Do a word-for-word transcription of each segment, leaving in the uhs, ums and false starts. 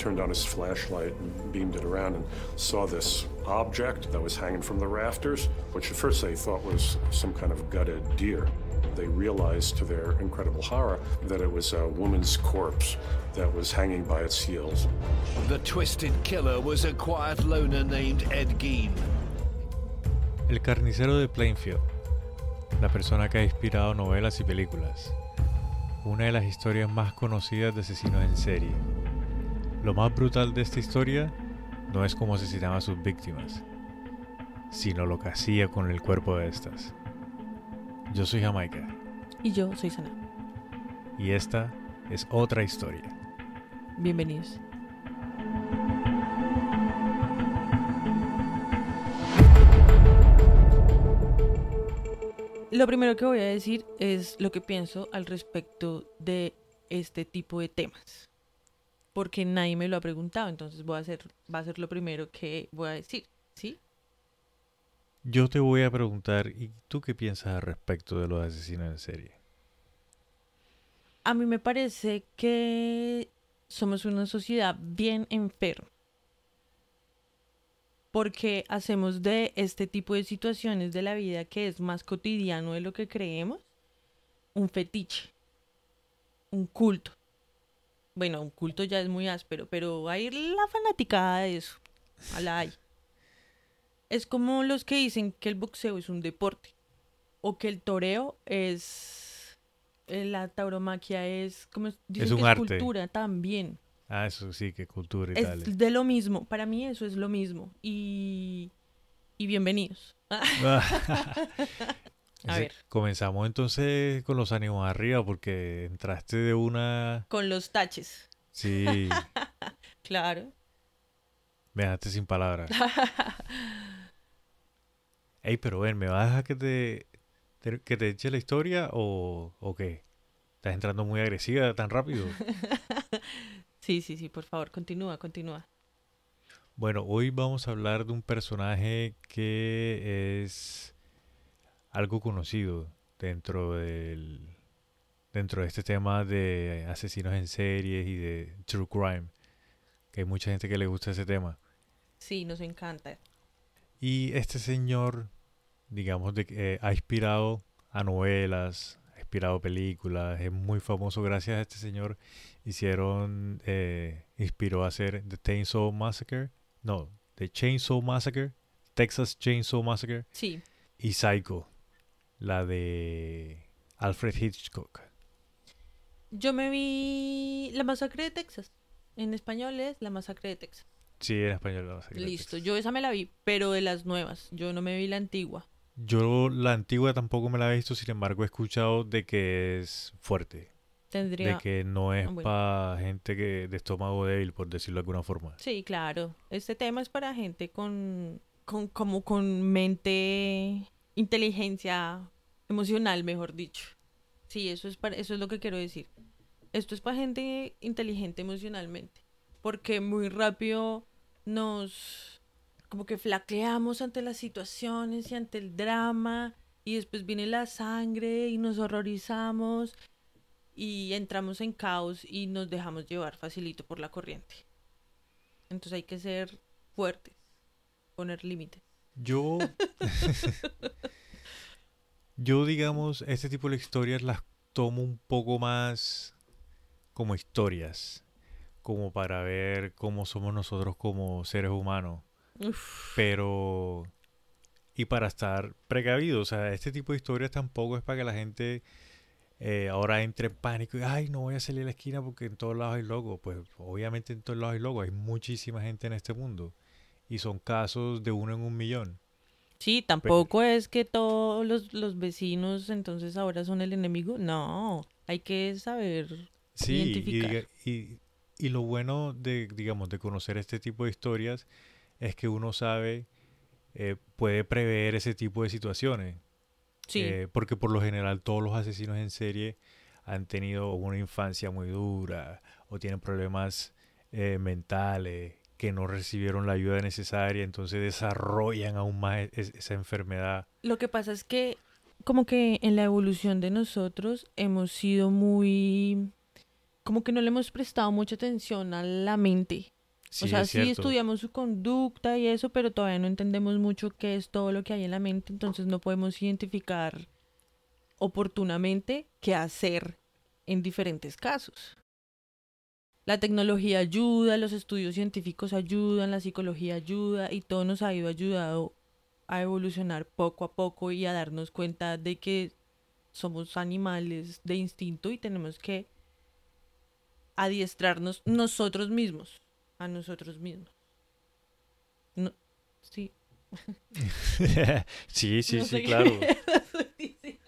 turned on his flashlight and beamed it around and saw this object that was hanging from the rafters, which at first they thought was some kind of gutted deer. They realized, to their incredible horror, that it was a woman's corpse that was hanging by its heels. The twisted killer was a quiet loner named Ed Gein. El carnicero de Plainfield, la persona que ha inspirado novelas y películas. Una de las historias más conocidas de asesinos en serie. Lo más brutal de esta historia no es cómo asesinaba a sus víctimas, sino lo que hacía con el cuerpo de estas. Yo soy Jamaica. Y yo soy Sana. Y esta es otra historia. Bienvenidos. Lo primero que voy a decir es lo que pienso al respecto de este tipo de temas. Porque nadie me lo ha preguntado, entonces voy a hacer, va a ser lo primero que voy a decir, ¿sí? Yo te voy a preguntar, ¿y tú qué piensas al respecto de los asesinos en serie? A mí me parece que somos una sociedad bien enferma. Porque hacemos de este tipo de situaciones de la vida, que es más cotidiano de lo que creemos, un fetiche, un culto. Bueno, un culto ya es muy áspero, pero hay la fanaticada de eso. A la hay. Es como los que dicen que el boxeo es un deporte. O que el toreo es... La tauromaquia es... como dicen es un que arte. Es cultura también. Ah, eso sí, que cultura y es tal. Es de lo mismo. Para mí eso es lo mismo. Y... Y bienvenidos. A ver. Comenzamos entonces con los ánimos arriba porque entraste de una... Con los taches. Sí. Claro. Me dejaste sin palabras. Ey, pero ven, ¿me vas a dejar que te, te, que te eche la historia o, o qué? ¿Estás entrando muy agresiva tan rápido? Sí, sí, sí, por favor, continúa, continúa. Bueno, hoy vamos a hablar de un personaje que es algo conocido dentro del dentro de este tema de asesinos en series y de true crime, que hay mucha gente que le gusta ese tema. Sí, nos encanta. Y este señor, digamos, de, eh, ha inspirado a novelas, ha inspirado películas, es muy famoso. Gracias a este señor hicieron, eh, inspiró a hacer The Chainsaw Massacre, no, The Chainsaw Massacre, Texas Chainsaw Massacre, sí, y Psycho, la de Alfred Hitchcock. Yo me vi La Masacre de Texas. En español es La Masacre de Texas. Sí, en español La Masacre de Listo, Texas. yo esa me la vi, pero de las nuevas. Yo no me vi la antigua. Yo la antigua tampoco me la he visto, sin embargo he escuchado de que es fuerte. Tendría... De que no es bueno. para gente que de estómago débil, por decirlo de alguna forma. Sí, claro. Este tema es para gente con, con como con mente, inteligencia emocional, mejor dicho. Sí, eso es para, eso es lo que quiero decir. Esto es para gente inteligente emocionalmente. Porque muy rápido nos... como que flaqueamos ante las situaciones y ante el drama. Y después viene la sangre y nos horrorizamos. Y entramos en caos y nos dejamos llevar facilito por la corriente. Entonces hay que ser fuertes, poner límites. Yo, yo digamos, este tipo de historias las tomo un poco más como historias, como para ver cómo somos nosotros como seres humanos. Uf. Pero, y para estar precavidos, o sea, este tipo de historias tampoco es para que la gente... Eh, ahora entre en pánico y ay, no voy a salir a la esquina porque en todos lados hay locos. Pues obviamente en todos lados hay locos, hay muchísima gente en este mundo y son casos de uno en un millón. Sí, tampoco Pero... es que todos los, los vecinos entonces ahora son el enemigo. No, hay que saber sí, identificar. Y, y, y lo bueno de, digamos, de conocer este tipo de historias es que uno sabe, eh, puede prever ese tipo de situaciones. Sí. Eh, porque por lo general todos los asesinos en serie han tenido una infancia muy dura o tienen problemas eh, mentales que no recibieron la ayuda necesaria, entonces desarrollan aún más es, esa enfermedad. Lo que pasa es que como que en la evolución de nosotros hemos sido muy... como que no le hemos prestado mucha atención a la mente Sí, O sea, es sí cierto. estudiamos su conducta y eso, pero todavía no entendemos mucho qué es todo lo que hay en la mente, entonces no podemos identificar oportunamente qué hacer en diferentes casos. La tecnología ayuda, los estudios científicos ayudan, la psicología ayuda y todo nos ha ido ayudando a evolucionar poco a poco y a darnos cuenta de que somos animales de instinto y tenemos que adiestrarnos nosotros mismos, a nosotros mismos. No, sí, Sí, sí, no sí, sé claro. qué estoy diciendo.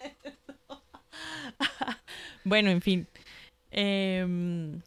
Bueno, en fin. Em,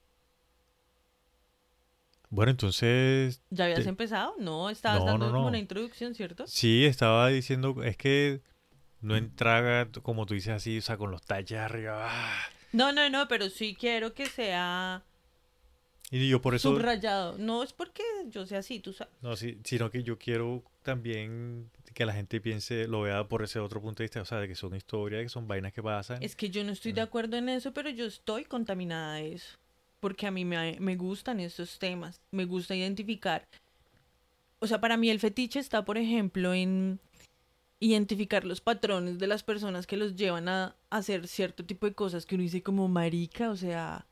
Bueno, entonces, ¿Ya habías te- empezado? No, estabas no, no, dando como una no. introducción, ¿cierto? Sí, estaba diciendo, es que no entraga, como tú dices así, o sea, con los taches arriba. ah. No, no, no, pero sí quiero que sea Y yo por eso, subrayado. No es porque yo sea así, tú sabes. no, sí, sino que yo quiero también que la gente piense, lo vea por ese otro punto de vista, o sea, de que son historias, que son vainas que pasan. Es que yo no estoy de acuerdo en eso, pero yo estoy contaminada de eso. Porque a mí me, me gustan estos temas. Me gusta identificar. O sea, para mí el fetiche está, por ejemplo, en identificar los patrones de las personas que los llevan a hacer cierto tipo de cosas que uno dice como marica, o sea,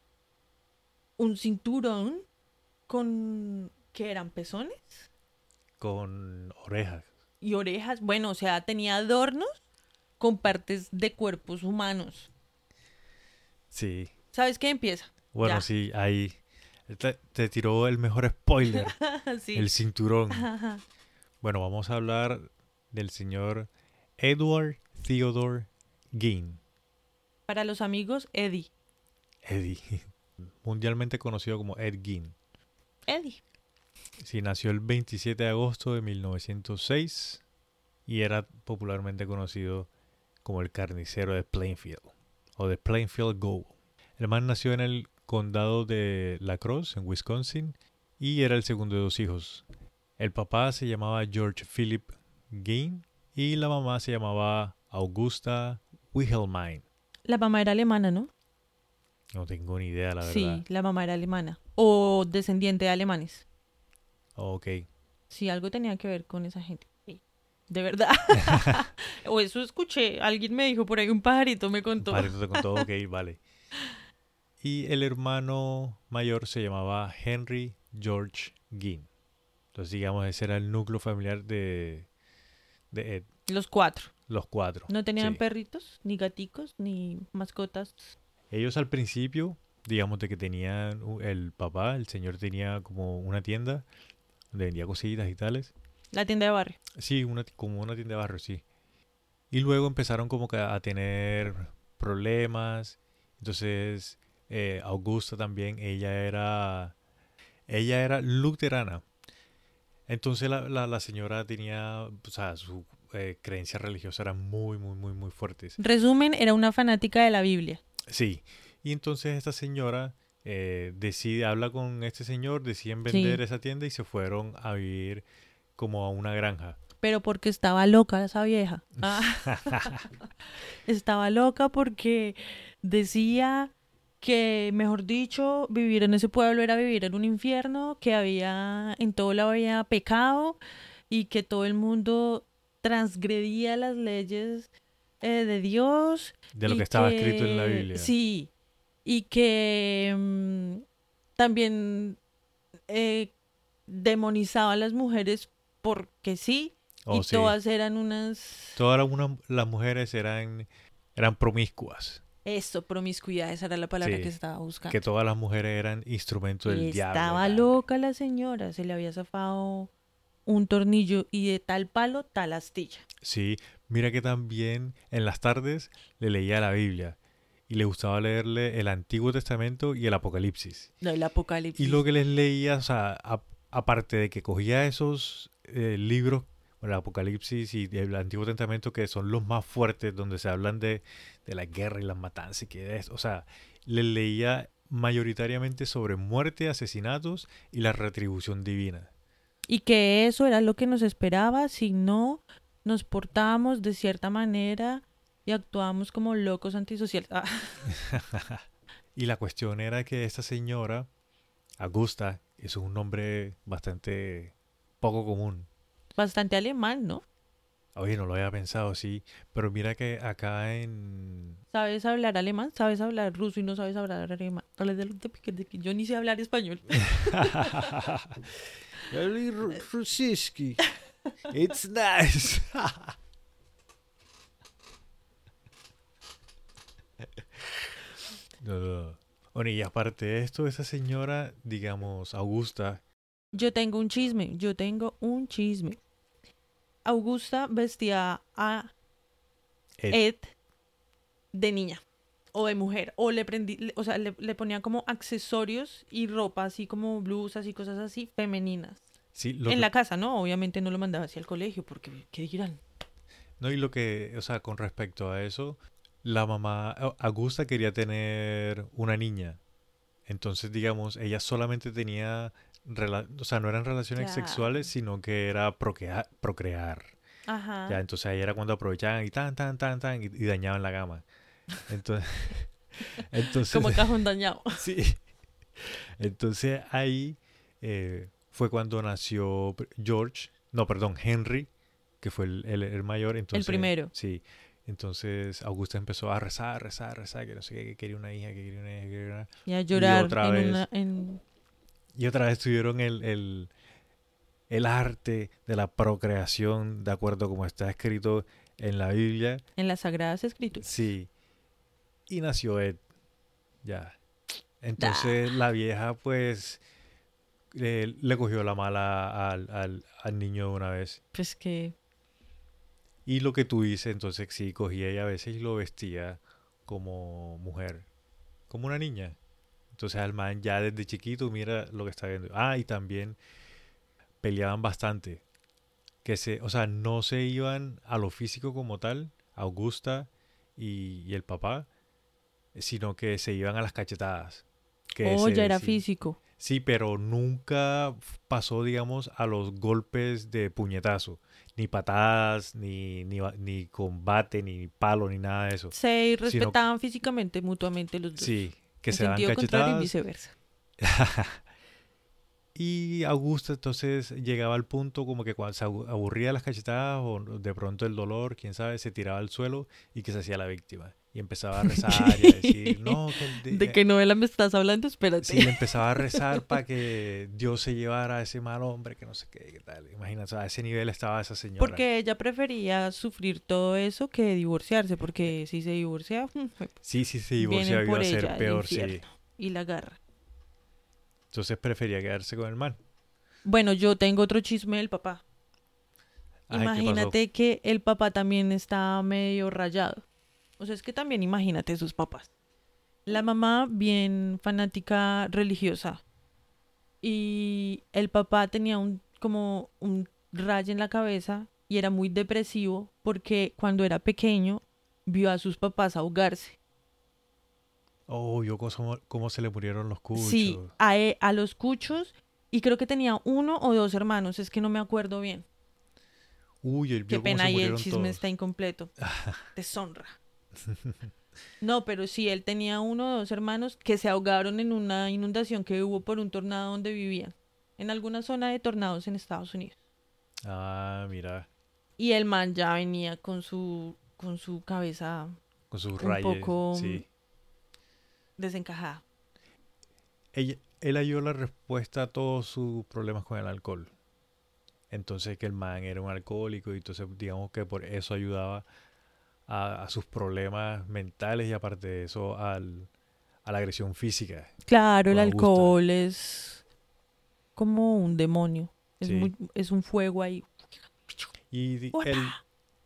un cinturón con que eran pezones Con orejas. y orejas. Bueno, o sea, tenía adornos con partes de cuerpos humanos. Sí. ¿Sabes qué empieza? Bueno, Ya. sí, ahí te, te tiró el mejor spoiler, Sí. el cinturón. Bueno, vamos a hablar del señor Edward Theodore Gein. Para los amigos, Eddie. Eddie, mundialmente conocido como Ed Gein. Eddie. Sí, nació el veintisiete de agosto de mil novecientos seis y era popularmente conocido como el carnicero de Plainfield o de Plainfield Go. El man nació en el condado de La Crosse, en Wisconsin, y era el segundo de dos hijos. El papá se llamaba George Philip Gein y la mamá se llamaba Augusta Wilhelmine. La mamá era alemana, ¿no? No tengo ni idea, la Sí, verdad. la mamá era alemana. O descendiente de alemanes. Ok. Sí, algo tenía que ver con esa gente. Sí. De verdad. O eso escuché. Alguien me dijo por ahí, un pajarito me contó. Parito te contó, ok, vale. Y el hermano mayor se llamaba Henry George Gein. Entonces, digamos, ese era el núcleo familiar de, de Ed, Los cuatro. los cuatro. No tenían Sí. perritos, ni gaticos, ni mascotas. Ellos al principio, digamos, de que tenían u- el papá, el señor tenía como una tienda donde vendía cositas y tales. La tienda de barrio. Sí, una, ti- como una tienda de barrio, sí. Y luego empezaron como que a tener problemas. Entonces, eh, Augusta también, ella era, ella era luterana. Entonces la, la, la señora tenía, o sea, su eh, creencia religiosa era muy, muy, muy, muy fuertes. Resumen, era una fanática de la Biblia. Sí. Y entonces esta señora eh, decide, habla con este señor, deciden Sí. vender esa tienda y se fueron a vivir como a una granja. Pero porque estaba loca esa vieja. Ah. Estaba loca porque decía que, mejor dicho, vivir en ese pueblo era vivir en un infierno, que había, en todo lado había pecado y que todo el mundo transgredía las leyes eh, de Dios. De lo y que estaba escrito en la Biblia. Sí, y que mm, también eh, demonizaba a las mujeres porque sí, Oh, y sí. todas eran unas... Todas las, una- las mujeres eran, eran promiscuas. Eso, promiscuidad, esa era la palabra Sí, que estaba buscando. Que todas las mujeres eran instrumento del Y diablo. estaba tal. loca la señora, se le había zafado un tornillo y de tal palo, tal astilla. Sí, mira que también en las tardes le leía la Biblia y le gustaba leerle el Antiguo Testamento y el Apocalipsis. No, el apocalipsis. Y lo que les leía, o sea, a- aparte de que cogía esos eh, libros, el Apocalipsis y el Antiguo Testamento, que son los más fuertes, donde se hablan de, de la guerra y las matanzas y que es, o sea, les leía mayoritariamente sobre muerte, asesinatos y la retribución divina. Y que eso era lo que nos esperaba si no nos portábamos de cierta manera y actuábamos como locos antisociales. Ah, Y la cuestión era que esta señora, Augusta, Eso es un nombre bastante poco común. Bastante alemán, ¿no? Oye, no lo había pensado, sí. Pero mira que acá en... ¿Sabes hablar alemán? ¿Sabes hablar ruso y no sabes hablar alemán? Yo ni sé hablar español. Rusiski. It's nice. No, no. Bueno, y aparte de esto, esa señora, digamos, Augusta, Yo tengo un chisme, yo tengo un chisme. Augusta vestía a Ed, Ed de niña o de mujer, o le prendí, le- o sea, le, le ponía como accesorios y ropa, así como blusas y cosas así femeninas. sí, lo En que, la casa, ¿no? Obviamente no lo mandaba hacia el colegio, porque ¿qué dirán? no, y lo que, o sea, con respecto a eso, la mamá, A- Augusta quería tener una niña. Entonces, digamos, ella solamente tenía, rela- o sea, no eran relaciones Claro. sexuales, sino que era procrea- procrear. Ya, Ajá. entonces ahí era cuando aprovechaban y tan, tan, tan, tan, y, y dañaban la gama. Entonces, entonces, Como cajón dañado. sí. Entonces ahí eh, fue cuando nació pr- George, no, perdón, Henry, que fue el, el- el mayor. El Entonces, primero. sí. Entonces Augusta empezó a rezar, rezar, rezar, que no sé qué, que quería una hija, que quería una hija, que quería una... Y a Y llorar otra en vez, una... En, y otra vez tuvieron el, el, el arte de la procreación, de acuerdo como está escrito en la Biblia. en las Sagradas Escrituras. Sí. Y nació Ed, ya. Da. Entonces la vieja pues eh, le cogió la mala al, al, al niño de una vez. Pues que... Y lo que tú dices, entonces sí, cogía y a veces lo vestía como mujer, como una niña. Entonces al man ya desde chiquito mira lo que está viendo. Ah, y también peleaban bastante. Que se, o sea, no se iban a lo físico como tal, Augusta y, y el papá, sino que se iban a las cachetadas. Que Oh, ya se, era sí, físico. sí, pero nunca pasó, digamos, a los golpes de puñetazo. Ni patadas, ni, ni, ba- ni combate, ni palo, ni nada de eso. Se Sino, respetaban físicamente mutuamente los dos. sí, que En se dan sentido contrario y cachetadas. viceversa. Y Augusta entonces llegaba al punto como que cuando se abu- aburría de las cachetadas o de pronto el dolor, quién sabe, se tiraba al suelo y que se hacía la víctima. Y empezaba a rezar y a decir, no, que el de- ¿De qué novela me estás hablando? sí, le Espérate. empezaba a rezar para que Dios se llevara a ese mal hombre, que no sé qué, qué tal. Imagínate, a ese nivel estaba esa señora. Porque ella prefería sufrir todo eso que divorciarse, porque si se divorcia, Sí, sí, se vienen divorciaba iba por a ser ella el peor, sí. infierno y la garra. Entonces prefería quedarse con el man. Bueno, yo tengo otro chisme del papá. Ay, ¿qué pasó? Imagínate que el papá también está medio rayado. O sea, es que también imagínate sus papás. La mamá bien fanática religiosa y el papá tenía un como un rayo en la cabeza y era muy depresivo porque cuando era pequeño vio a sus papás ahogarse. Oh, yo cómo, cómo se le murieron los Sí, cuchos. a, e- a los cuchos y creo que tenía uno o dos hermanos, es que no me acuerdo bien. Uy, él Qué vio cómo pena se y el murieron chisme está todos. incompleto. Deshonra. No, pero sí, él tenía uno o dos hermanos que se ahogaron en una inundación que hubo por un tornado donde vivían, en alguna zona de tornados en Estados Unidos. Ah, mira, Y el man ya venía con su, con su cabeza con sus un rayes, poco mm, sí. desencajada. Ella, él halló la respuesta a todos sus problemas con el alcohol. Entonces que el man era un alcohólico y entonces digamos que por eso ayudaba a, a sus problemas mentales y aparte de eso al, a la agresión física Claro, el con Augusta. alcohol es como un demonio. Es Sí. muy, es un fuego ahí. Y di- ¡Uepa! él,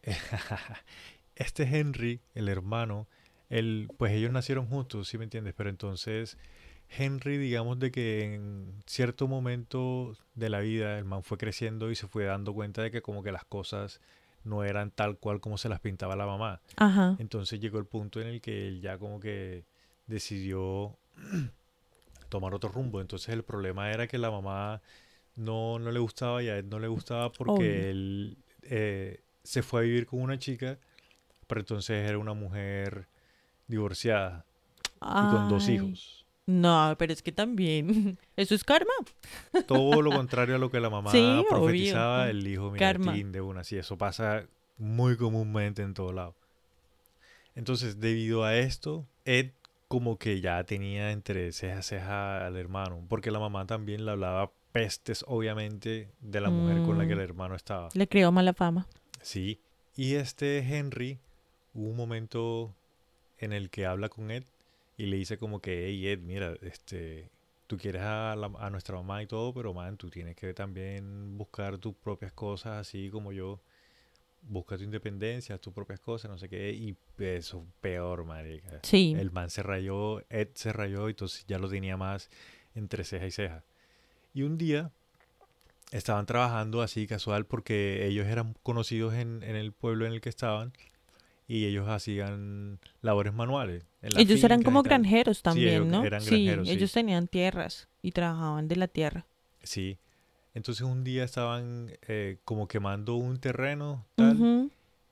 este Henry, el hermano, él, pues ellos nacieron juntos, ¿sí me entiendes? Pero entonces Henry, digamos de que en cierto momento de la vida el man fue creciendo y se fue dando cuenta de que como que las cosas no eran tal cual como se las pintaba la mamá. Ajá. Entonces llegó el punto en el que él ya como que decidió tomar otro rumbo. Entonces el problema era que la mamá no, no le gustaba y a él no le gustaba Obvio. porque él eh, se fue a vivir con una chica, pero entonces era una mujer divorciada y con dos Ay. hijos. No, pero es que también. Eso es karma. Todo lo contrario a lo que la mamá Sí, obvio. profetizaba, el hijo, mira, Karma. tin, de una. Sí, eso pasa muy comúnmente en todo lado. Entonces, debido a esto, Ed como que ya tenía entre ceja a ceja al hermano, porque la mamá también le hablaba pestes, obviamente, de la mujer con la que el Mm, hermano estaba. le creó mala fama. Sí. Y este Henry, hubo un momento en el que habla con Ed y le dice como que, hey Ed, mira, este, tú quieres a, la- a nuestra mamá y todo, pero man, tú tienes que también buscar tus propias cosas, así como yo. Busca tu independencia, haz tus propias cosas, no sé qué, y eso peor, marica. Sí. El man se rayó, Ed se rayó, entonces ya lo tenía más entre ceja y ceja. Y un día estaban trabajando así casual porque ellos eran conocidos en, en el pueblo en el que estaban y ellos hacían labores manuales en las Ellos eran fincas y como tal. granjeros Sí, ellos también, ¿no? eran Sí, granjeros, sí. ellos tenían tierras y trabajaban de la tierra. Sí. Entonces un día estaban eh, como quemando un terreno, tal, Ujú.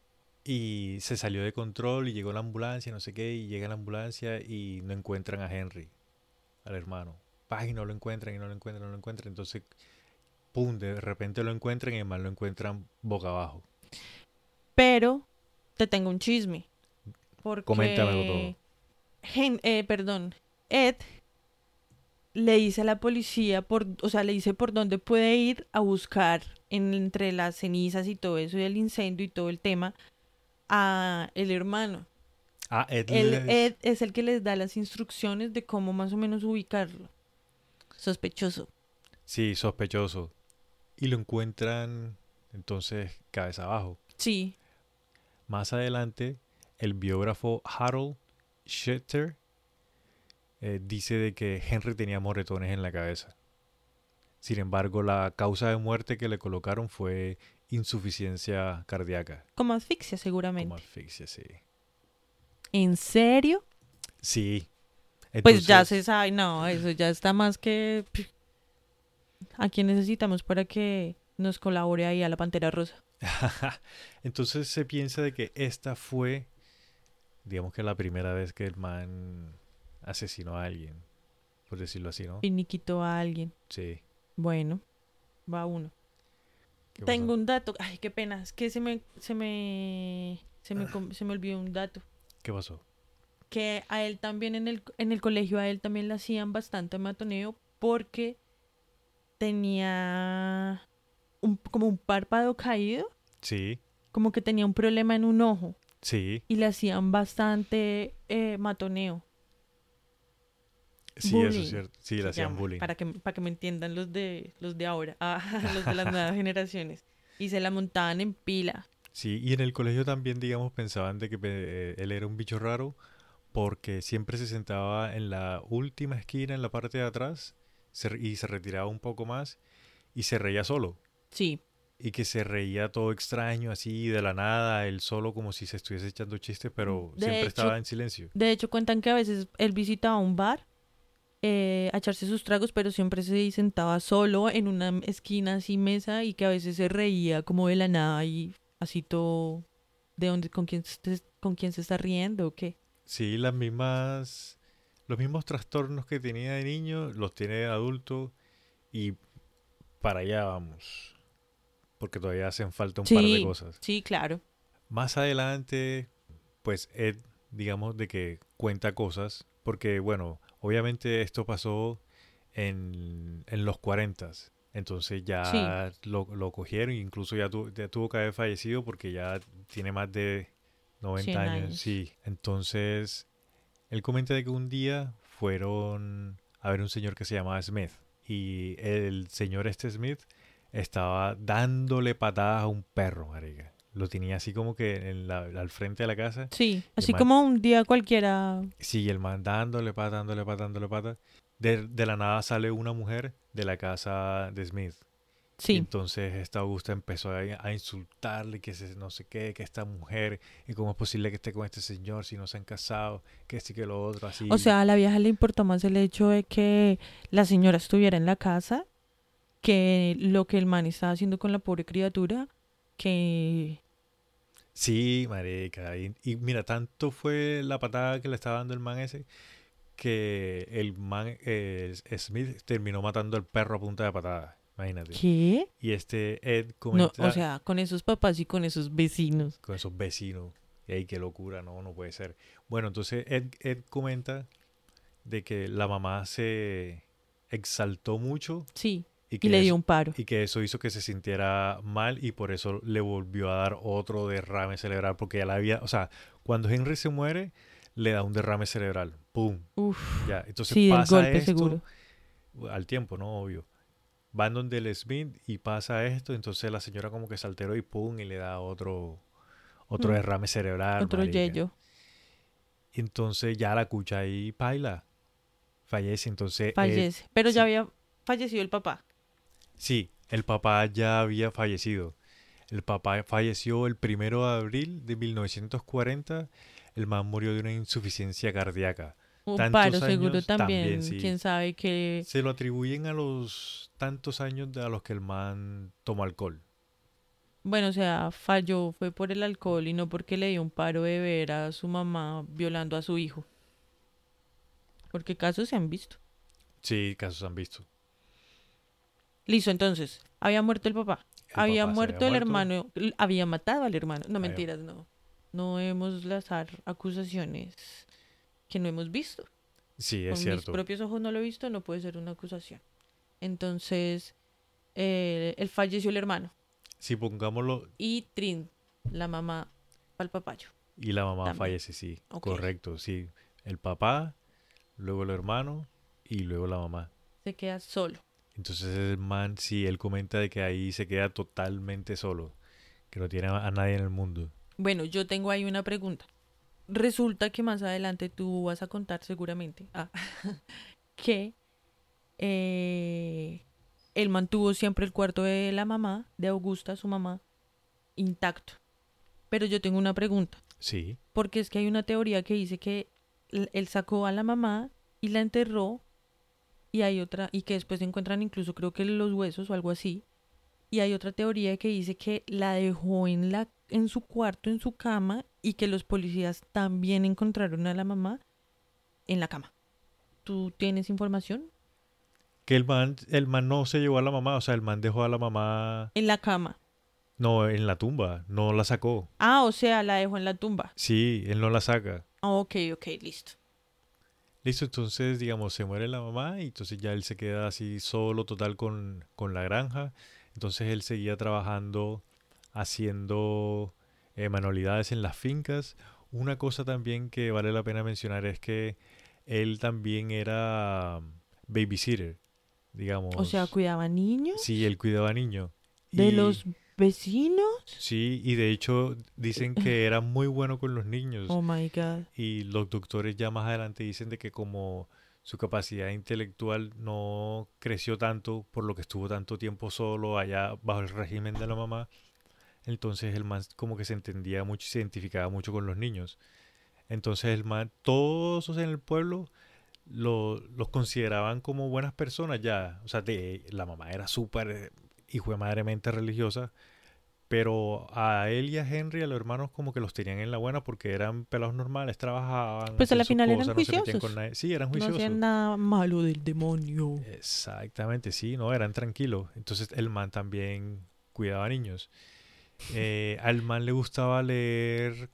y se salió de control y llegó la ambulancia, no sé qué, y llega la ambulancia y no encuentran a Henry, al hermano. Paz, y no lo encuentran, y no lo encuentran, no lo encuentran. Entonces, pum, de repente lo encuentran y además lo encuentran boca abajo. Pero te tengo un chisme. Coméntamelo todo. Porque, Gen- eh, perdón, Ed le dice a la policía, por, o sea, le dice por dónde puede ir a buscar en- entre las cenizas y todo eso, y el incendio y todo el tema, a el hermano. Ah, Ed Él, les... Ed es el que les da las instrucciones de cómo más o menos ubicarlo. Sospechoso. Sí, sospechoso. Y lo encuentran entonces cabeza abajo. Sí. Más adelante, el biógrafo Harold Schechter eh, dice de que Henry tenía moretones en la cabeza. Sin embargo, la causa de muerte que le colocaron fue insuficiencia cardíaca, Como asfixia, como seguramente. asfixia, sí. ¿En serio? Sí, Pues ya se entonces, sabe, no, eso ya está más que... pff, ¿a quién necesitamos para que nos colabore ahí a la Pantera Rosa? entonces se piensa de que esta fue, digamos que la primera vez que el man asesinó a alguien, por decirlo así, ¿no? Finiquitó a alguien. Sí, Bueno, va uno. ¿qué Tengo pasó? un dato. Ay, qué pena. Es que se me, se me, se me, com- se me olvidó un dato. ¿Qué pasó? Que a él también en el, en el colegio, a él también le hacían bastante matoneo porque tenía un, como un párpado caído, Sí, como que tenía un problema en un ojo sí, y le hacían bastante eh, matoneo. sí, eso es Bullying cierto. Sí, le se hacían llama, bullying. para que, para que me entiendan los de, los de ahora, ah, los de las nuevas generaciones. Y se la montaban en pila. Sí, y en el colegio también, digamos, pensaban de que eh, él era un bicho raro porque siempre se sentaba en la última esquina, en la parte de atrás, se re- y se retiraba un poco más y se reía solo. Sí. Y que se reía todo extraño, así de la nada, él solo como si se estuviese echando chistes, pero De siempre hecho, estaba en silencio. de hecho cuentan que a veces él visitaba un bar eh, a echarse sus tragos, pero siempre se sentaba solo en una esquina así mesa y que a veces se reía como de la nada y así todo de dónde, con quién se, con quién se está riendo o qué. Sí, las mismas, los mismos trastornos que tenía de niño los tiene de adulto y para allá vamos, porque todavía hacen falta un par de Sí, cosas. sí, claro. Más adelante, pues Ed, digamos, de que cuenta cosas, porque bueno, obviamente esto pasó en, en los cuarentas, entonces Sí, ya lo, lo cogieron, incluso ya, tu- ya tuvo que haber fallecido porque ya tiene más de noventa cien años, años. sí. Entonces, él comenta de que un día fueron a ver un señor que se llamaba Smith, y el señor este Smith estaba dándole patadas a un perro, marica. Lo tenía así como que en la- al frente de la casa. Sí, Y el así man, como un día cualquiera. sí, el man dándole pata, dándole pata, dándole pata. De, de la nada sale una mujer de la casa de Smith. Y Sí. entonces esta Augusta empezó a, a insultarle, que se, no sé qué, que esta mujer, y cómo es posible que esté con este señor si no se han casado, que sí, que lo otro, O así. sea, a la vieja le importó más el hecho de que la señora estuviera en la casa que lo que el man estaba haciendo con la pobre criatura, que Sí, marica. Y, y mira, tanto fue la patada que le estaba dando el man ese, que el man, eh, Smith, terminó matando al perro a punta de patada. Imagínate. ¿Qué? Y este Ed No, comenta o sea, con esos papás y con esos vecinos. con esos vecinos. ¡Ey, qué locura! No, no puede ser. Bueno, entonces Ed, Ed comenta de que la mamá se exaltó mucho Sí, y y que, le eso, dio un paro. y que eso hizo que se sintiera mal y por eso le volvió a dar otro derrame cerebral porque ya la había, o sea, cuando Henry se muere, le da un derrame cerebral. ¡Pum! Uf, Ya, entonces sí, del pasa golpe esto seguro. al tiempo, ¿no? Obvio. Van donde el Smith y pasa esto, entonces la señora como que se alteró y pum, y le da otro, otro Mm, derrame cerebral, Otro marica. yello. Y entonces ya la cucha ahí paila, fallece. Entonces, Ed, Fallece. Pero sí, ya había fallecido el papá. sí, el papá ya había fallecido. El papá falleció el primero de abril de mil novecientos cuarenta. El man murió de una insuficiencia cardíaca. Un paro Tantos seguro años también, también. sí. Quién sabe qué. Se lo atribuyen a los tantos años de a los que el man tomó alcohol. Bueno, o sea, falló, fue por el alcohol y no porque le dio un paro de ver a su mamá violando a su hijo. Porque casos se han visto. Sí, casos han visto. Listo, entonces, había muerto el papá. El había papá se muerto había el muerto. hermano. l- Había matado al hermano. No, Había- mentiras, no. No hemos lanzar acusaciones que no hemos visto. Sí, es Con mis cierto. propios ojos no lo he visto, no puede ser una acusación. Entonces, eh, él falleció el hermano. Si pongámoslo, Y Trin, la mamá, al papayo. y la mamá También. fallece, sí. Ok. Correcto, sí. El papá, luego el hermano y luego la mamá. Se queda solo. Entonces el man, sí, él comenta de que ahí se queda totalmente solo, que no tiene a a nadie en el mundo. Bueno, yo tengo ahí una pregunta. Resulta que más adelante tú vas a contar seguramente ah, que eh, él mantuvo siempre el cuarto de la mamá, de Augusta, su mamá, intacto. Pero yo tengo una pregunta, Sí, porque es que hay una teoría que dice que l- él sacó a la mamá y la enterró y hay otra, y que después encuentran incluso creo que los huesos o algo así. Y hay otra teoría que dice que la dejó en la, en su cuarto, en su cama, y que los policías también encontraron a la mamá en la cama. ¿Tú tienes información? que el man, el man no se llevó a la mamá, o sea, el man dejó a la mamá, En la cama. no, en la tumba, no la sacó. Ah, o sea, la dejó en la tumba. Sí, él no la saca. Ah, ok, ok, listo. Listo, entonces, digamos, se muere la mamá y entonces ya él se queda así solo, total, con, con la granja. Entonces él seguía trabajando, haciendo eh, manualidades en las fincas. Una cosa también que vale la pena mencionar es que él también era babysitter, digamos. O sea, cuidaba niños Sí, él cuidaba niños. de Y- los vecinos. Sí, y de hecho dicen que era muy bueno con los niños. Oh my God. Y los doctores ya más adelante dicen de que como su capacidad intelectual no creció tanto por lo que estuvo tanto tiempo solo allá bajo el régimen de la mamá, entonces el man como que se entendía mucho y se identificaba mucho con los niños. Entonces el man, todos en el pueblo lo- los consideraban como buenas personas ya. O sea, de, la mamá era súper eh, hijo de madremente religiosa, pero a él y a Henry, a los hermanos, como que los tenían en la buena porque eran pelados normales, trabajaban, Pues a hacían la sus final eran cosas, no se metían juiciosos. con nadie. Sí, eran No juiciosos. hacían nada malo del demonio. Exactamente, sí, no, eran tranquilos. Entonces el man también cuidaba niños. Eh, al man le gustaba leer.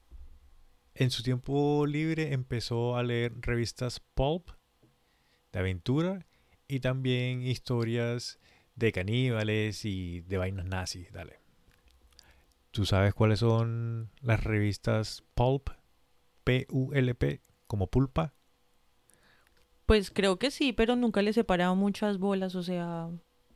En su tiempo libre empezó a leer revistas pulp de aventura y también historias de caníbales y de vainas nazis. Dale. ¿Tú sabes cuáles son las revistas pulp? P U L P, como pulpa. Pues creo que sí, pero nunca le separaba muchas bolas, o sea,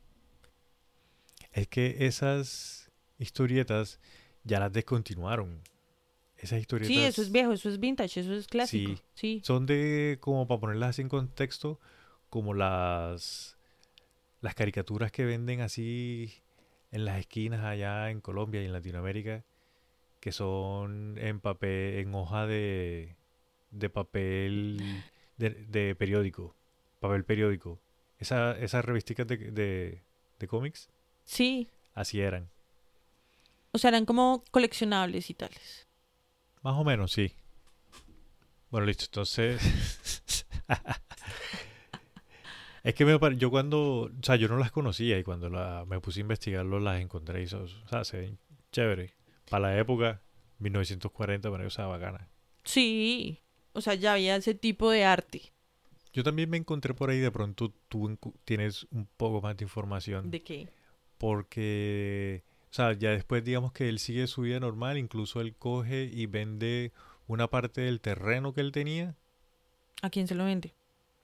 Es que esas historietas ya las descontinuaron. Esas historietas sí, eso es viejo, eso es vintage, eso es clásico. Sí. Sí. son de, como para ponerlas así en contexto, como las, las caricaturas que venden así en las esquinas allá en Colombia y en Latinoamérica, que son en papel, en hoja de, de papel de, de periódico, papel periódico. Esa, esas revisticas de, de, de cómics, Sí, así eran. o sea, eran como coleccionables y tales. Más o menos, sí. Bueno, listo. Entonces, Es que me pare- yo cuando, o sea, yo no las conocía y cuando la, me puse a investigarlo las encontré y so- o sea, se ven chévere. Para la época, mil novecientos cuarenta, me pareció bacana. Sí, o sea, ya había ese tipo de arte. Yo también me encontré por ahí, de pronto tú encu- tienes un poco más de información, ¿De qué? porque, o sea, ya después digamos que él sigue su vida normal, incluso él coge y vende una parte del terreno que él tenía. ¿A quién se lo vende?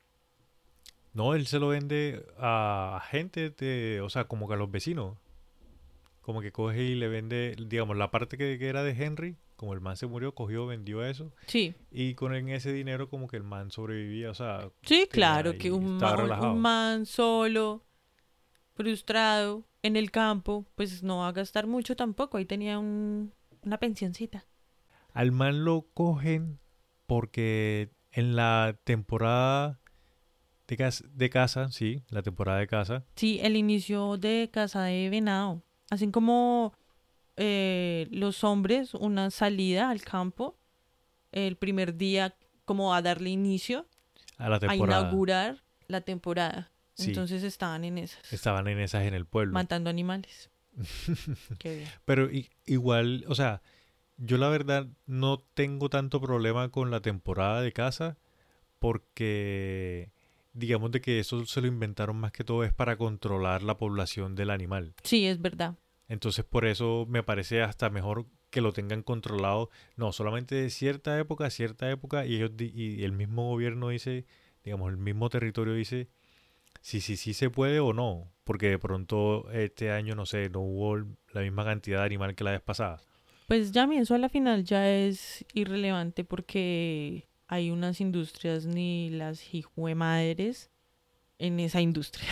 No, él se lo vende a gente de, o sea, como que a los vecinos. Como que coge y le vende, digamos, la parte que, que era de Henry, como el man se murió, cogió, vendió eso, Sí, y con en ese dinero como que el man sobrevivía, o sea, sí, tenía claro, que ahí, un, estaba ma- un un relajado. man solo, frustrado, en el campo, pues no va a gastar mucho tampoco. Ahí tenía un, una pensioncita. Al man lo cogen porque en la temporada de, cas- de caza, sí, la temporada de caza, Sí, el inicio de caza de venado. Así como eh, los hombres, una salida al campo, el primer día como a darle inicio, a la a temporada, inaugurar la temporada. sí, Entonces estaban en esas, estaban en esas en el pueblo. matando animales. Qué bien. Pero i- igual, o sea, yo la verdad no tengo tanto problema con la temporada de caza porque digamos de que eso se lo inventaron más que todo es para controlar la población del animal. Sí, es verdad. Entonces por eso me parece hasta mejor que lo tengan controlado, no, solamente de cierta época a cierta época y ellos di- y el mismo gobierno dice, digamos, el mismo territorio dice si sí sí se puede o no, porque de pronto este año no sé, no hubo la misma cantidad de animal que la vez pasada. Pues ya mi eso a la final ya es irrelevante porque hay unas industrias ni las madres en esa industria.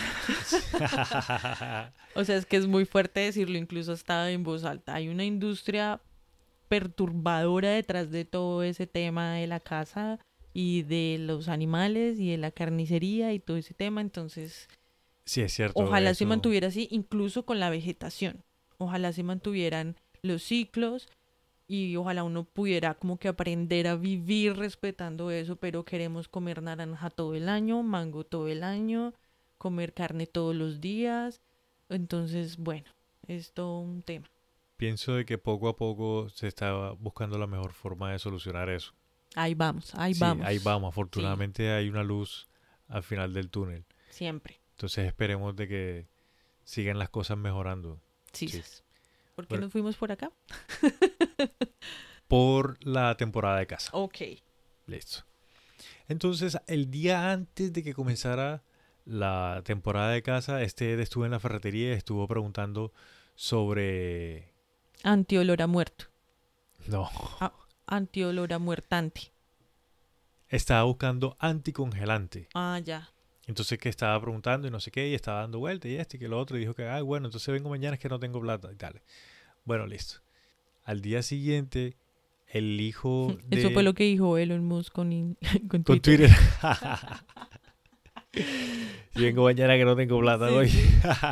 O sea, es que es muy fuerte decirlo, incluso hasta en voz alta. Hay una industria perturbadora detrás de todo ese tema de la caza y de los animales y de la carnicería y todo ese tema. Entonces, Sí, es cierto, ojalá se eso. mantuviera así, incluso con la vegetación. Ojalá se mantuvieran los ciclos y ojalá uno pudiera como que aprender a vivir respetando eso, pero queremos comer naranja todo el año, mango todo el año, comer carne todos los días. Entonces, bueno, es todo un tema. Pienso de que poco a poco se está buscando la mejor forma de solucionar eso. Ahí vamos, ahí Sí, ahí vamos. vamos. Sí, Afortunadamente hay una luz al final del túnel. siempre. Entonces esperemos de que sigan las cosas mejorando. Sí. Sí. ¿Por qué Bueno, nos fuimos por acá? por la temporada de caza. Ok. Listo. Entonces, el día antes de que comenzara la temporada de caza, este Ed estuvo en la ferretería y estuvo preguntando sobre... Antiolor a muerto. No, Ah, antiolor a muertante. estaba buscando anticongelante. Ah, ya. Entonces que estaba preguntando y no sé qué, y estaba dando vueltas y este y que lo otro, y dijo que, ah, bueno, entonces vengo mañana, es que no tengo plata y tal. Bueno, listo. Al día siguiente, el hijo Eso fue de... lo que dijo Elon Musk con, in- con Con Twitter. Twitter. Si vengo mañana que no tengo plata Sí, hoy. sí.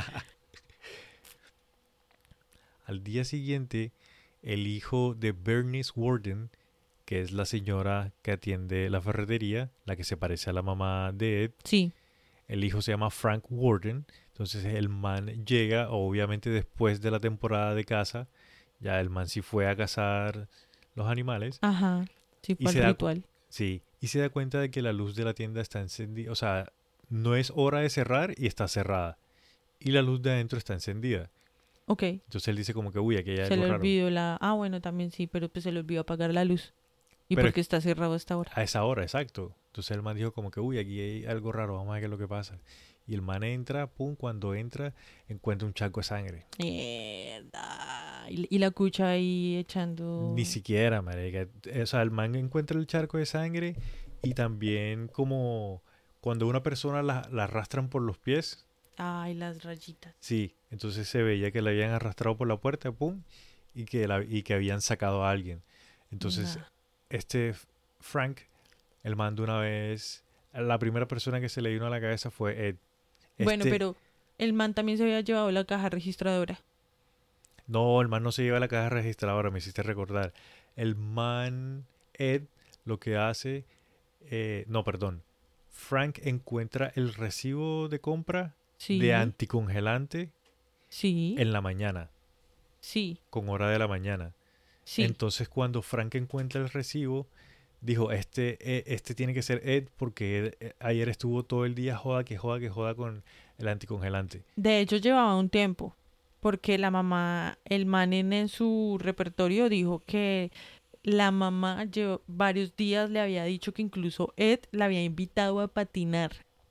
Al día siguiente, el hijo de Bernice Warden, que es la señora que atiende la ferretería, la que se parece a la mamá de Ed, Sí. el hijo se llama Frank Warden. Entonces el man llega, obviamente después de la temporada de caza, ya el man sí fue a cazar los animales Ajá. Sí, y fue el se da, cu- ritual. sí, y se da cuenta de que la luz de la tienda está encendida, o sea, no es hora de cerrar y está cerrada, y la luz de adentro está encendida. Ok. Entonces él dice como que, uy, aquí hay Se algo le raro. olvidó la... Ah, bueno, también sí, pero pues se le olvidó apagar la luz. ¿Y Pero por qué está cerrado hasta ahora? a esa hora, exacto. Entonces el man dijo como que, uy, aquí hay algo raro, vamos a ver qué es lo que pasa. Y el man entra, pum, cuando entra, encuentra un charco de sangre. Mierda. Y, y la cucha ahí echando... Ni siquiera, marica. O sea, el man encuentra el charco de sangre y también como cuando una persona la, la arrastran por los pies. Ay, las rayitas. Sí, entonces se veía que la habían arrastrado por la puerta, pum, y que, la, y que habían sacado a alguien. Entonces, Nah. este F- Frank, el man de una vez, la primera persona que se le vino a la cabeza fue Ed. Bueno, Este, pero el man también se había llevado la caja registradora. No, el man no se lleva la caja registradora, me hiciste recordar. El man, Ed, lo que hace, eh, no, perdón. Frank encuentra el recibo de compra Sí, de anticongelante sí, en la mañana, sí, con hora de la mañana. sí. Entonces cuando Frank encuentra el recibo, dijo, este, eh, este tiene que ser Ed porque Ed, eh, ayer estuvo todo el día joda que joda que joda con el anticongelante. De hecho, llevaba un tiempo, porque la mamá, el man en, en su repertorio dijo que la mamá llevó varios días le había dicho que incluso Ed la había invitado a patinar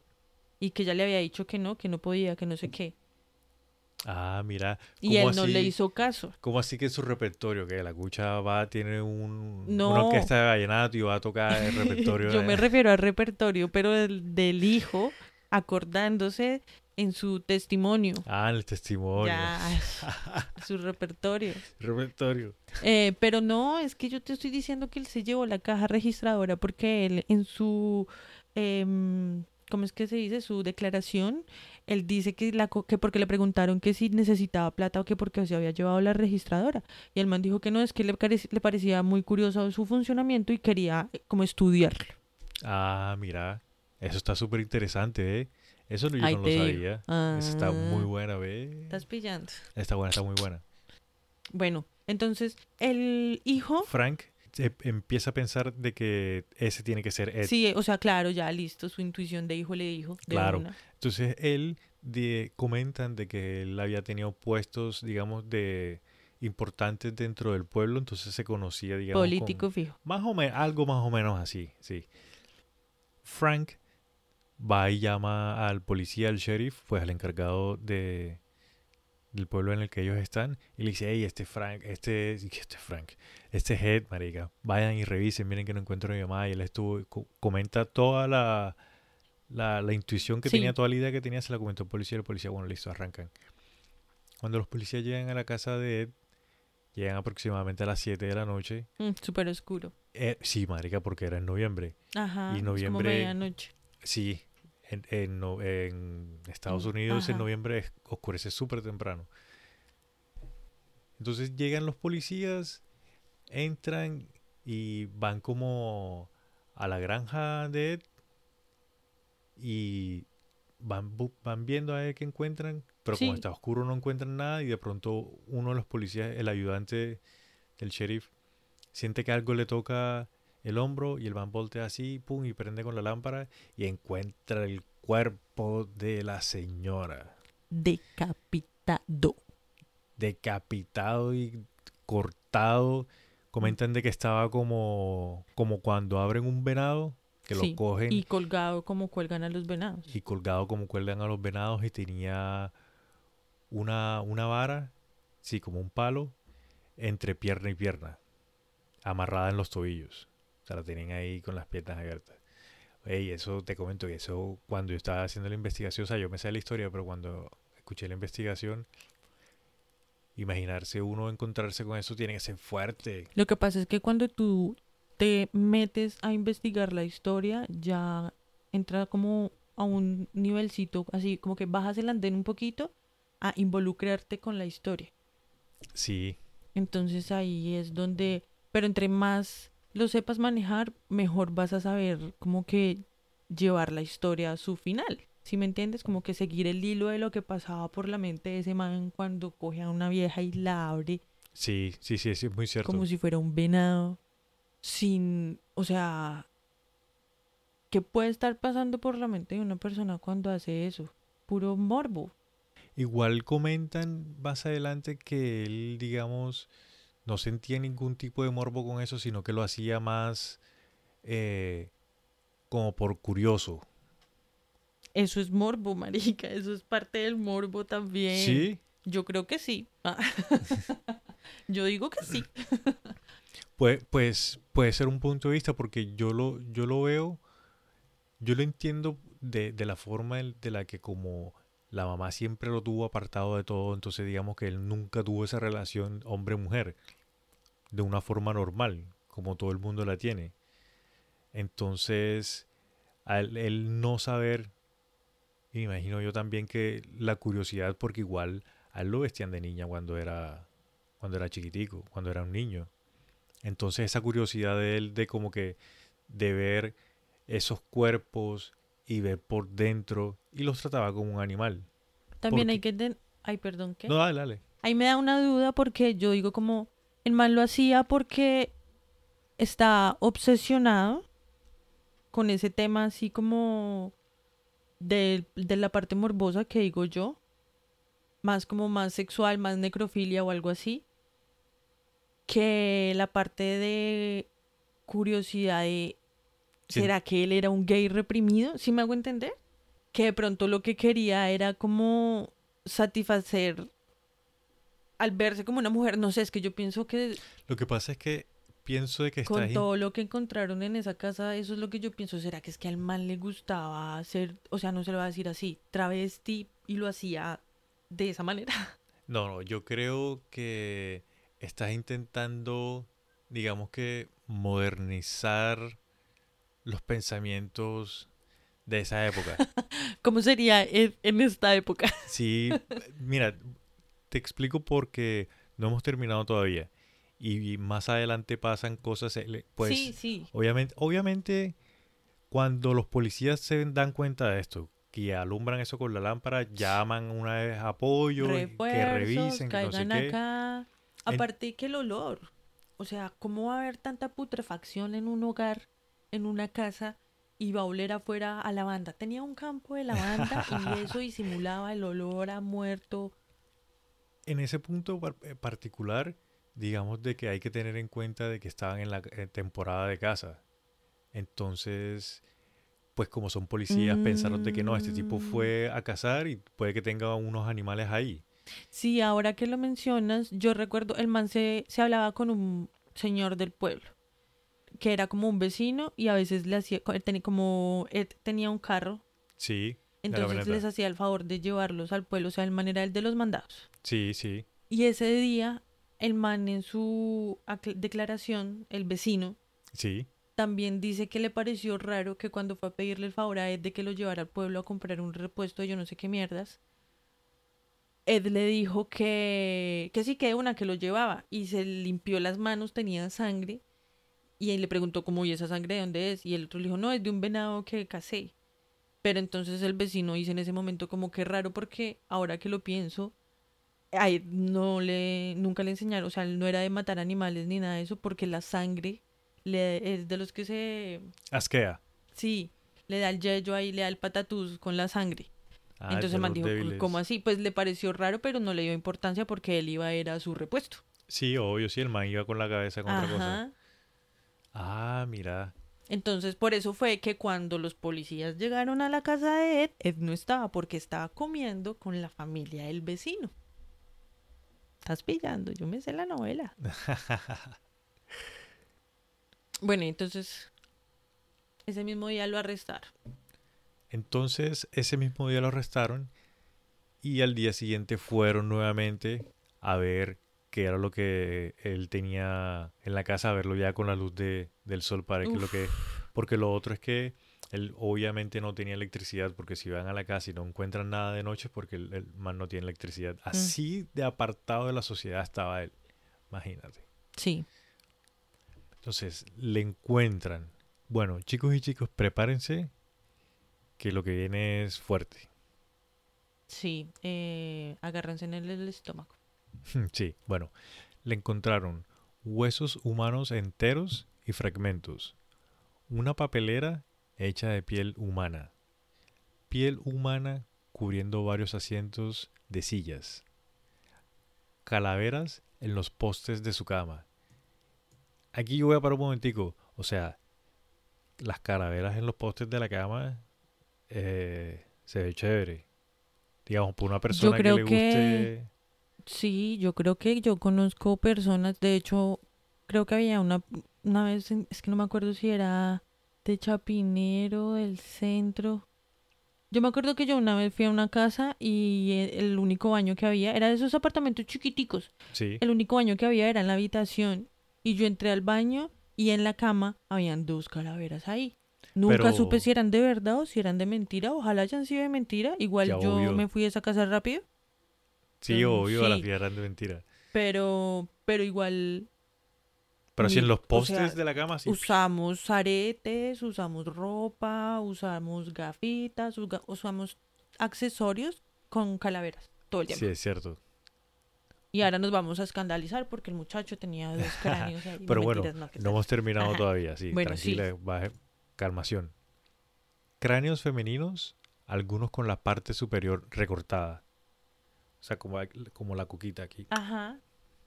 y que ella le había dicho que no, que no podía, que no sé qué. Ah, mira, Y ¿cómo él no le así, hizo caso. cómo así que en su repertorio, que la cucha va, tiene un, una No, orquesta de vallenato y va a tocar el repertorio? yo me de- refiero al repertorio, pero del, del hijo acordándose en su testimonio. Ah, el testimonio. Ya, su repertorio. Repertorio. Eh, pero no, es que yo te estoy diciendo que él se llevó la caja registradora porque él en su, em, ¿cómo es que se dice? Su declaración, él dice que, la, co- que porque le preguntaron que si necesitaba plata o que porque se había llevado la registradora. Y el man dijo que no, es que le, parec- le parecía muy curioso su funcionamiento y quería eh, como estudiarlo. Ah, mira, eso está súper interesante, ¿eh? Eso no- yo Ahí no lo te digo. sabía. Eso está muy Ah, buena, ¿ve? estás pillando. Está buena, está muy buena. Bueno, entonces el hijo, Frank eh, empieza a pensar de que ese tiene que ser Ed. sí, o sea, claro, ya listo, su intuición de hijo le dijo de Claro. una. Entonces él de, comentan de que él había tenido puestos, digamos, de importantes dentro del pueblo, entonces se conocía, digamos, con Político fijo. más o menos, algo más o menos así, sí. Frank va y llama al policía, al sheriff, pues al encargado de, del pueblo en el que ellos están, y le dice, hey, este Frank, este, este Frank, este Head, marica, vayan y revisen, miren que no encuentro a mi mamá, y él estuvo, co- comenta toda la, la, la intuición que tenía, Sí, toda la idea que tenía, se la comentó al policía, y el policía, bueno, listo, arrancan. Cuando los policías llegan a la casa de Ed, llegan aproximadamente a las siete de la noche, mm, súper oscuro. eh, sí, marica, porque era en noviembre, Ajá, y es como noviembre, medianoche. sí, en, en, no- en Estados En- Unidos en ajá, noviembre es- oscurece súper temprano. Entonces llegan los policías, entran y van como a la granja de Ed y van, bu- van viendo a ver qué encuentran, pero como sí, está oscuro no encuentran nada y de pronto uno de los policías, el ayudante del sheriff, siente que algo le toca el hombro y el van voltea así, pum, y prende con la lámpara y encuentra el cuerpo de la señora, decapitado. decapitado y cortado. Comentan de que estaba como, como cuando abren un venado, que lo Sí, cogen y colgado como cuelgan a los venados. y colgado como cuelgan a los venados y tenía una, una vara, sí, como un palo, entre pierna y pierna, amarrada en los tobillos. O sea, la tenían ahí con las piernas abiertas. Ey, eso te comento que eso cuando yo estaba haciendo la investigación, o sea, yo me sé la historia, pero cuando escuché la investigación, imaginarse uno encontrarse con eso tiene que ser fuerte. Lo que pasa es que cuando tú te metes a investigar la historia, ya entra como a un nivelcito, así como que bajas el andén un poquito a involucrarte con la historia. Sí, Entonces ahí es donde, pero entre más lo sepas manejar, mejor vas a saber como que llevar la historia a su final. ¿Sí me entiendes? Como que seguir el hilo de lo que pasaba por la mente de ese man cuando coge a una vieja y la abre sí, sí, sí, sí, es muy cierto. como si fuera un venado. Sin, o sea, ¿qué puede estar pasando por la mente de una persona cuando hace eso? Puro morbo. Igual comentan más adelante que él, digamos, no sentía ningún tipo de morbo con eso, sino que lo hacía más eh, como por curioso. Eso es morbo, marica. Eso es parte del morbo también. Sí, Yo creo que sí. Ah, yo digo que sí. pues, pues puede ser un punto de vista porque yo lo, yo lo veo, yo lo entiendo de, de la forma en- de la que como la mamá siempre lo tuvo apartado de todo, entonces digamos que él nunca tuvo esa relación hombre-mujer de una forma normal, como todo el mundo la tiene. Entonces, al él no saber, y me imagino yo también que la curiosidad, porque igual a él lo vestían de niña cuando era, cuando era chiquitico, cuando era un niño. Entonces esa curiosidad de él de como que de ver esos cuerpos y ver por dentro y los trataba como un animal. También hay Porque- que... ten- Ay, perdón, ¿qué? No, dale, dale. Ahí me da una duda porque yo digo como, el man lo hacía porque está obsesionado con ese tema así como de, de la parte morbosa que digo yo, más como más sexual, más necrofilia o algo así, que la parte de curiosidad de, Sí. ¿será que él era un gay reprimido? ¿Sí me hago entender? Que de pronto lo que quería era como satisfacer al verse como una mujer, no sé, es que yo pienso que Lo que pasa es que pienso de que con estás... in- todo lo que encontraron en esa casa, eso es lo que yo pienso, ¿será que es que al man le gustaba hacer, o sea, no se lo va a decir así, travesti y lo hacía de esa manera? No, no, yo creo que estás intentando, digamos que, modernizar los pensamientos de esa época. ¿Cómo sería en, en esta época? Sí, mira, te explico porque no hemos terminado todavía. Y más adelante pasan cosas, ele- pues, Sí, sí. obviamente, obviamente, cuando los policías se dan cuenta de esto, que alumbran eso con la lámpara, llaman una vez apoyo, que Refuerzos, revisen, que no sé caigan qué. acá. En- Aparte que el olor, o sea, ¿cómo va a haber tanta putrefacción en un hogar, en una casa, y va a oler afuera a lavanda? Tenía un campo de lavanda y eso disimulaba el olor a muerto. En ese punto par- eh, particular, digamos de que hay que tener en cuenta de que estaban en la eh, temporada de caza. Entonces, pues como son policías, pensaron de que no, este tipo Mm. fue a cazar y puede que tenga unos animales ahí. Sí, ahora que lo mencionas, yo recuerdo, el man se, se hablaba con un señor del pueblo, que era como un vecino y a veces le hacía, co- él tenía como, él tenía un carro, Sí, la entonces les camioneta. hacía el favor de llevarlos al pueblo, o sea, el man era el de los mandados. Sí, sí, Y ese día, el man en su acl- declaración, el vecino, sí. también dice que le pareció raro que cuando fue a pedirle el favor a Ed de que lo llevara al pueblo a comprar un repuesto de yo no sé qué mierdas, Ed le dijo que, que sí, que de una que lo llevaba y se limpió las manos, tenía sangre y él le preguntó cómo, ¿y esa sangre de dónde es? Y el otro le dijo, no, es de un venado que casé. Pero entonces el vecino dice en ese momento como que raro porque ahora que lo pienso, a Ed no le, nunca le enseñaron, o sea, él no era de matar animales ni nada de eso porque la sangre le, es de los que se, Asquea. sí, le da el yello ahí, le da el patatús con la sangre. Ah, Entonces de el man los dijo, "¿Cómo- débiles. ¿cómo así? Pues le pareció raro, pero no le dio importancia porque él iba a ir a su repuesto. Sí, obvio, sí, el man iba con la cabeza con otra cosa. Ajá. Ah, mira. Entonces por eso fue que cuando los policías llegaron a la casa de Ed, Ed no estaba porque estaba comiendo con la familia del vecino. Estás pillando, yo me sé la novela. Bueno, entonces ese mismo día lo arrestaron. Entonces, ese mismo día lo arrestaron y al día siguiente fueron nuevamente a ver qué era lo que él tenía en la casa, a verlo ya con la luz de, del sol para que lo que... Porque lo otro es que él obviamente no tenía electricidad, porque si van a la casa y no encuentran nada de noche, porque el, el man no tiene electricidad. Así de apartado de la sociedad estaba él. Imagínate. Sí. Entonces, le encuentran. Bueno, chicos y chicos, prepárense que lo que viene es fuerte. Sí, eh, agárrense en el, el estómago. Sí, bueno, le encontraron huesos humanos enteros y fragmentos, una papelera hecha de piel humana, piel humana cubriendo varios asientos de sillas, calaveras en los postes de su cama. Aquí yo voy a parar un momentico, o sea, las calaveras en los postes de la cama eh, se ve chévere. Digamos, por una persona que creo le guste... que- Sí, yo creo que yo conozco personas, de hecho, creo que había una, una vez, en- es que no me acuerdo si era de Chapinero, del centro. Yo me acuerdo que yo una vez fui a una casa y e- el único baño que había era de esos apartamentos chiquiticos. Sí, El único baño que había era en la habitación y yo entré al baño y en la cama habían dos calaveras ahí. Nunca Pero- supe si eran de verdad o si eran de mentira. Ojalá hayan sido de mentira. Igual Ya, yo obvio. me fui a esa casa rápido. sí, Mm, obvio, a la sí. fiera de mentira. Pero, pero igual Pero si en Mi- los o postes sea, de la cama, sí. usamos aretes, usamos ropa, usamos gafitas, uga- usamos accesorios con calaveras todo el Sí, tiempo. es cierto. Y ahora nos vamos a escandalizar porque el muchacho tenía dos cráneos ahí. No, Pero bueno, mentiras, no, ¿qué no tal? hemos terminado Ajá. todavía, sí, Bueno, sí. tranquila, baje, calmación. Cráneos femeninos, algunos con la parte superior recortada. O sea, como, como la cuquita aquí. Ajá.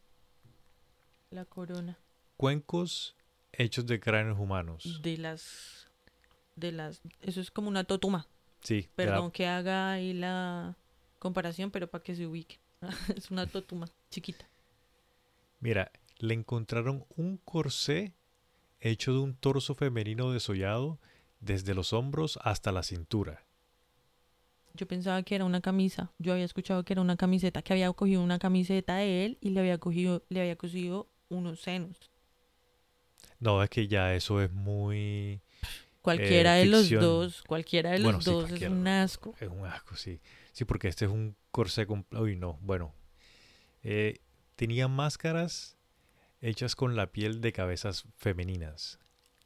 La corona Cuencos hechos de cráneos humanos. de las... de las... Eso es como una totuma. Sí, de la- Perdón que haga ahí la comparación, pero para que se ubique. Es una totuma chiquita. mira, le encontraron un corsé hecho de un torso femenino desollado desde los hombros hasta la cintura. Yo pensaba que era una camisa. Yo había escuchado que era una camiseta, que había cogido una camiseta de él y le había cogido, le había cosido unos senos. No, es que ya eso es muy... Cualquiera Eh, de los ficción. dos, cualquiera de los Bueno, sí, dos es cualquiera. un asco. Es un asco, sí. Sí, porque este es un corsé con... Uy, no, bueno. Eh, tenía máscaras hechas con la piel de cabezas femeninas.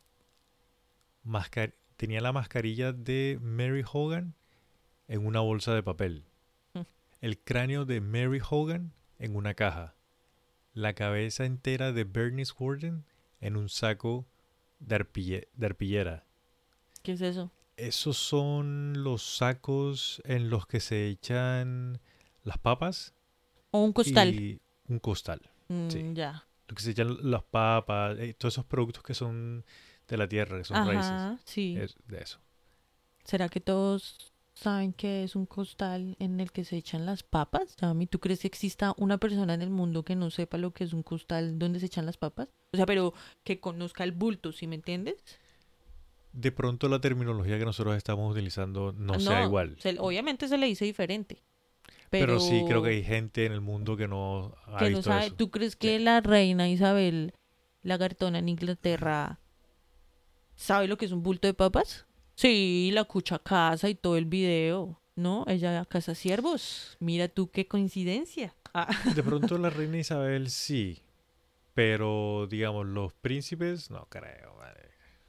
Mascar- tenía la mascarilla de Mary Hogan en una bolsa de papel. Mm. El cráneo de Mary Hogan en una caja. La cabeza entera de Bernice Worden en un saco de, arpille- de arpillera. ¿Qué es eso? Esos son los sacos en los que se echan las papas O un costal. y un costal. Mm, sí. Ya. Lo que se echan las papas, eh, todos esos productos que son de la tierra, que son raíces. Ajá, sí. Es de eso. ¿Será que todos saben que es un costal en el que se echan las papas? Yami, ¿tú crees que exista una persona en el mundo que no sepa lo que es un costal donde se echan las papas? O sea, pero que conozca el bulto, ¿sí me entiendes? De pronto la terminología que nosotros estamos utilizando no Ah, sea igual. se- obviamente se le dice diferente. Pero, Pero, sí creo que hay gente en el mundo que no ha que no visto sabe. eso. ¿Tú crees que la reina Isabel, la Lagartona en Inglaterra, sabe lo que es un bulto de papas? Sí, la cucha casa y todo el video. ¿No? Ella caza ciervos. Mira tú qué coincidencia. Ah. De pronto la reina Isabel sí, pero digamos los príncipes no creo. Vale.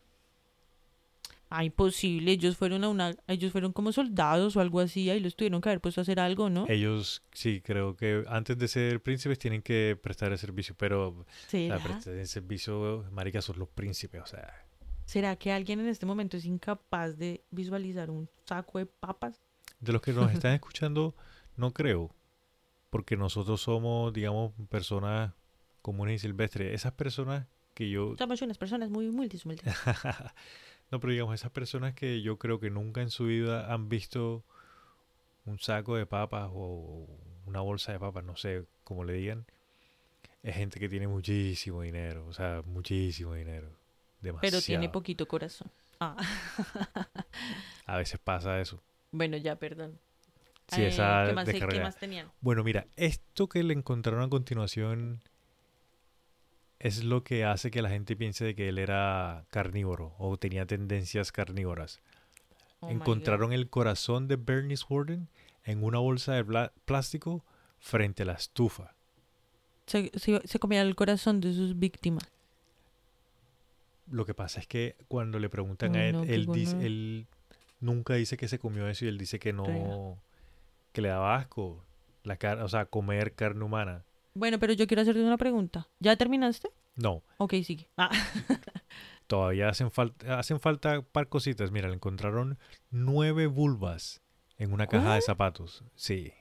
Ah, imposible. Ellos fueron a una, ellos fueron como soldados o algo así, y los tuvieron que haber puesto a hacer algo, ¿no? Ellos sí creo que antes de ser príncipes tienen que prestar el servicio, pero o sea, ¿Será? prestar el servicio, marica, son los príncipes, o sea, ¿Será que alguien en este momento es incapaz de visualizar un saco de papas? de los que nos están escuchando no creo, porque nosotros somos, digamos, personas comunes y silvestres. Esas personas que yo Somos unas personas muy humildes, humildes. no, pero digamos, esas personas que yo creo que nunca en su vida han visto un saco de papas o una bolsa de papas, no sé cómo le digan, es gente que tiene muchísimo dinero, o sea, muchísimo dinero. Demasiado. Pero tiene poquito corazón. Ah. A veces pasa eso. Bueno, ya, perdón. Sí, Eh, esa ¿qué más, ¿Qué descarga. más tenían? Bueno, mira, esto que le encontraron a continuación es lo que hace que la gente piense de que él era carnívoro o tenía tendencias carnívoras. Oh my Encontraron el corazón de Bernice Worden en una bolsa de pla- plástico frente a la estufa. God. Se, se, se comía el corazón de sus víctimas. Lo que pasa es que cuando le preguntan Uy, a él, no, qué él, dice, gonorrea. él nunca dice que se comió eso y él dice que no, Rea. que le daba asco, la car o sea, comer carne humana. Bueno, pero yo quiero hacerte una pregunta. ¿Ya terminaste? No, Ok, sigue. Ah. todavía hacen falta, hacen falta par cositas. Mira, le encontraron nueve vulvas en una caja ¿What? de zapatos. Sí.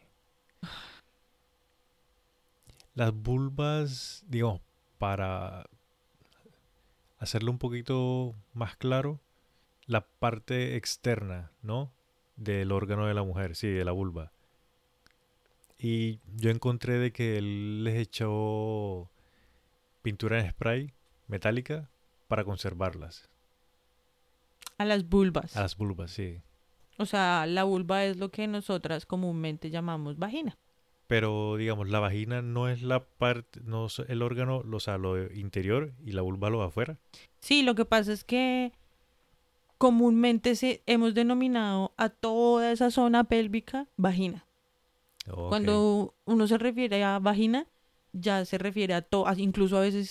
Las vulvas, digamos, para hacerlo un poquito más claro, la parte externa, ¿no? Del órgano de la mujer, sí, de la vulva. Y yo encontré de que él les echó pintura en spray metálica para conservarlas. A las vulvas. A las vulvas, sí. O sea, la vulva es lo que nosotras comúnmente llamamos vagina. Pero, digamos, la vagina no es la parte, no es el órgano, o sea, lo interior y la vulva lo de afuera. Sí, lo que pasa es que comúnmente se, hemos denominado a toda esa zona pélvica vagina. Ok. Cuando uno se refiere a vagina, ya se refiere a todo, incluso a veces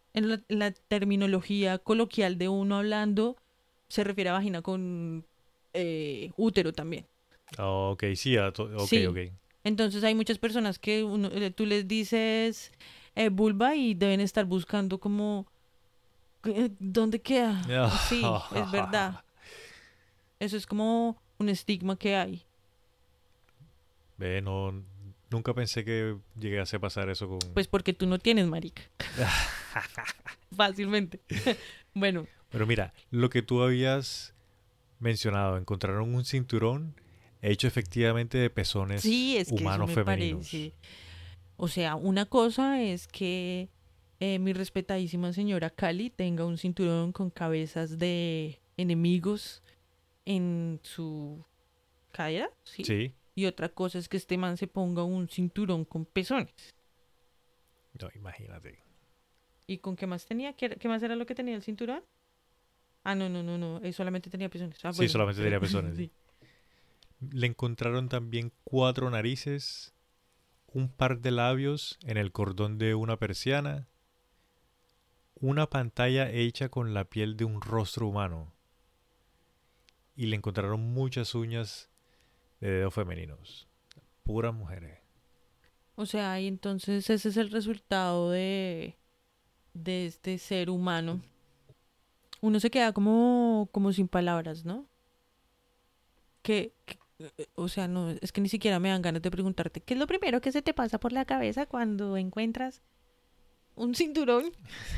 en la, la terminología coloquial de uno hablando, se refiere a vagina con eh, útero también. Oh, ok, sí, a to- ok, Sí. ok. Entonces hay muchas personas que uno, eh, tú les dices eh, vulva y deben estar buscando como, ¿qué- ¿dónde queda? Sí, es verdad. Eso es como un estigma que hay. Ve, no, nunca pensé que llegase a pasar eso con... Pues porque tú no tienes, marica. Fácilmente. Bueno, Pero mira, lo que tú habías mencionado, encontraron un cinturón hecho efectivamente de pezones sí, es que eso humanos me femeninos. parece. O sea, una cosa es que eh, mi respetadísima señora Cali tenga un cinturón con cabezas de enemigos en su cadera, ¿sí? Sí, Y otra cosa es que este man se ponga un cinturón con pezones. no, imagínate. ¿Y con qué más tenía? ¿Qué, qué más era lo que tenía el cinturón? Ah, no, no, no, no. eh, solamente tenía pezones. Ah, Sí, bueno, sí, solamente pero tenía pezones. Sí. sí. Le encontraron también cuatro narices, un par de labios en el cordón de una persiana, una pantalla hecha con la piel de un rostro humano y le encontraron muchas uñas de dedos femeninos. Puras mujeres. O sea, y entonces ese es el resultado de, de este ser humano. Uno se queda como, como sin palabras, ¿no? Que, que- eh, o sea, no, es que ni siquiera me dan ganas de preguntarte, ¿qué es lo primero que se te pasa por la cabeza cuando encuentras un cinturón?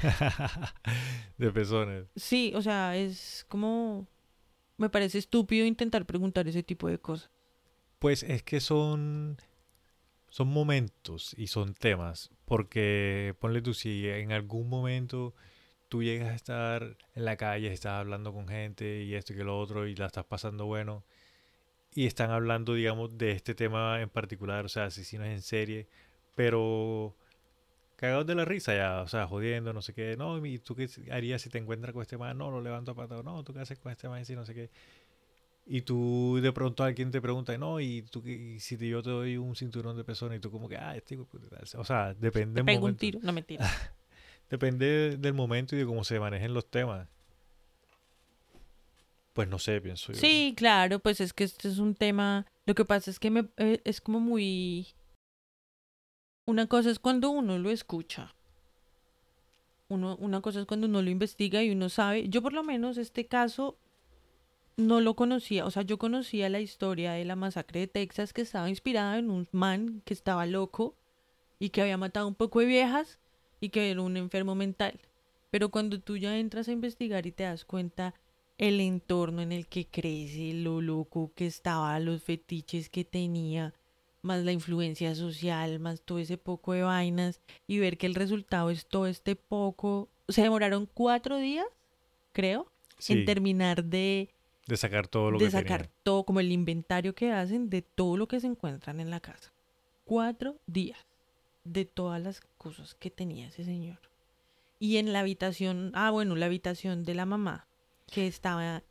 De pezones. Sí, o sea, es como, me parece estúpido intentar preguntar ese tipo de cosas. Pues es que son, son momentos y son temas. Porque ponle tú, si en algún momento tú llegas a estar en la calle, estás hablando con gente y esto y que lo otro y la estás pasando bueno y están hablando, digamos, de este tema en particular, o sea, asesinos en serie, pero cagados de la risa ya, o sea, jodiendo, no sé qué, no, ¿y tú qué harías si te encuentras con este man? No, lo levanto a patado, no, ¿tú qué haces con este man? Sí, no sé qué. Y tú de pronto alguien te pregunta, no, y tú qué- y si te- yo te doy un cinturón de persona y tú como que, ah, este hijo de puta", o sea, depende Te del pego un momento, tiro, no mentiras. depende del momento y de cómo se manejen los temas. Pues no sé, pienso yo. Sí, claro, pues es que este es un tema, lo que pasa es que me, eh, es como muy, una cosa es cuando uno lo escucha, uno, una cosa es cuando uno lo investiga y uno sabe, yo por lo menos este caso no lo conocía, o sea, yo conocía la historia de la masacre de Texas que estaba inspirada en un man que estaba loco y que había matado un poco de viejas y que era un enfermo mental. Pero cuando tú ya entras a investigar y te das cuenta el entorno en el que crece, lo loco que estaba, los fetiches que tenía, más la influencia social, más todo ese poco de vainas y ver que el resultado es todo este poco, se demoraron cuatro días, creo, en Sí, terminar de de sacar todo lo de que sacar tenía. todo, como el inventario que hacen de todo lo que se encuentran en la casa. Cuatro días de todas las cosas que tenía ese señor. Y en la habitación, ah, bueno, la habitación de la mamá, que estaba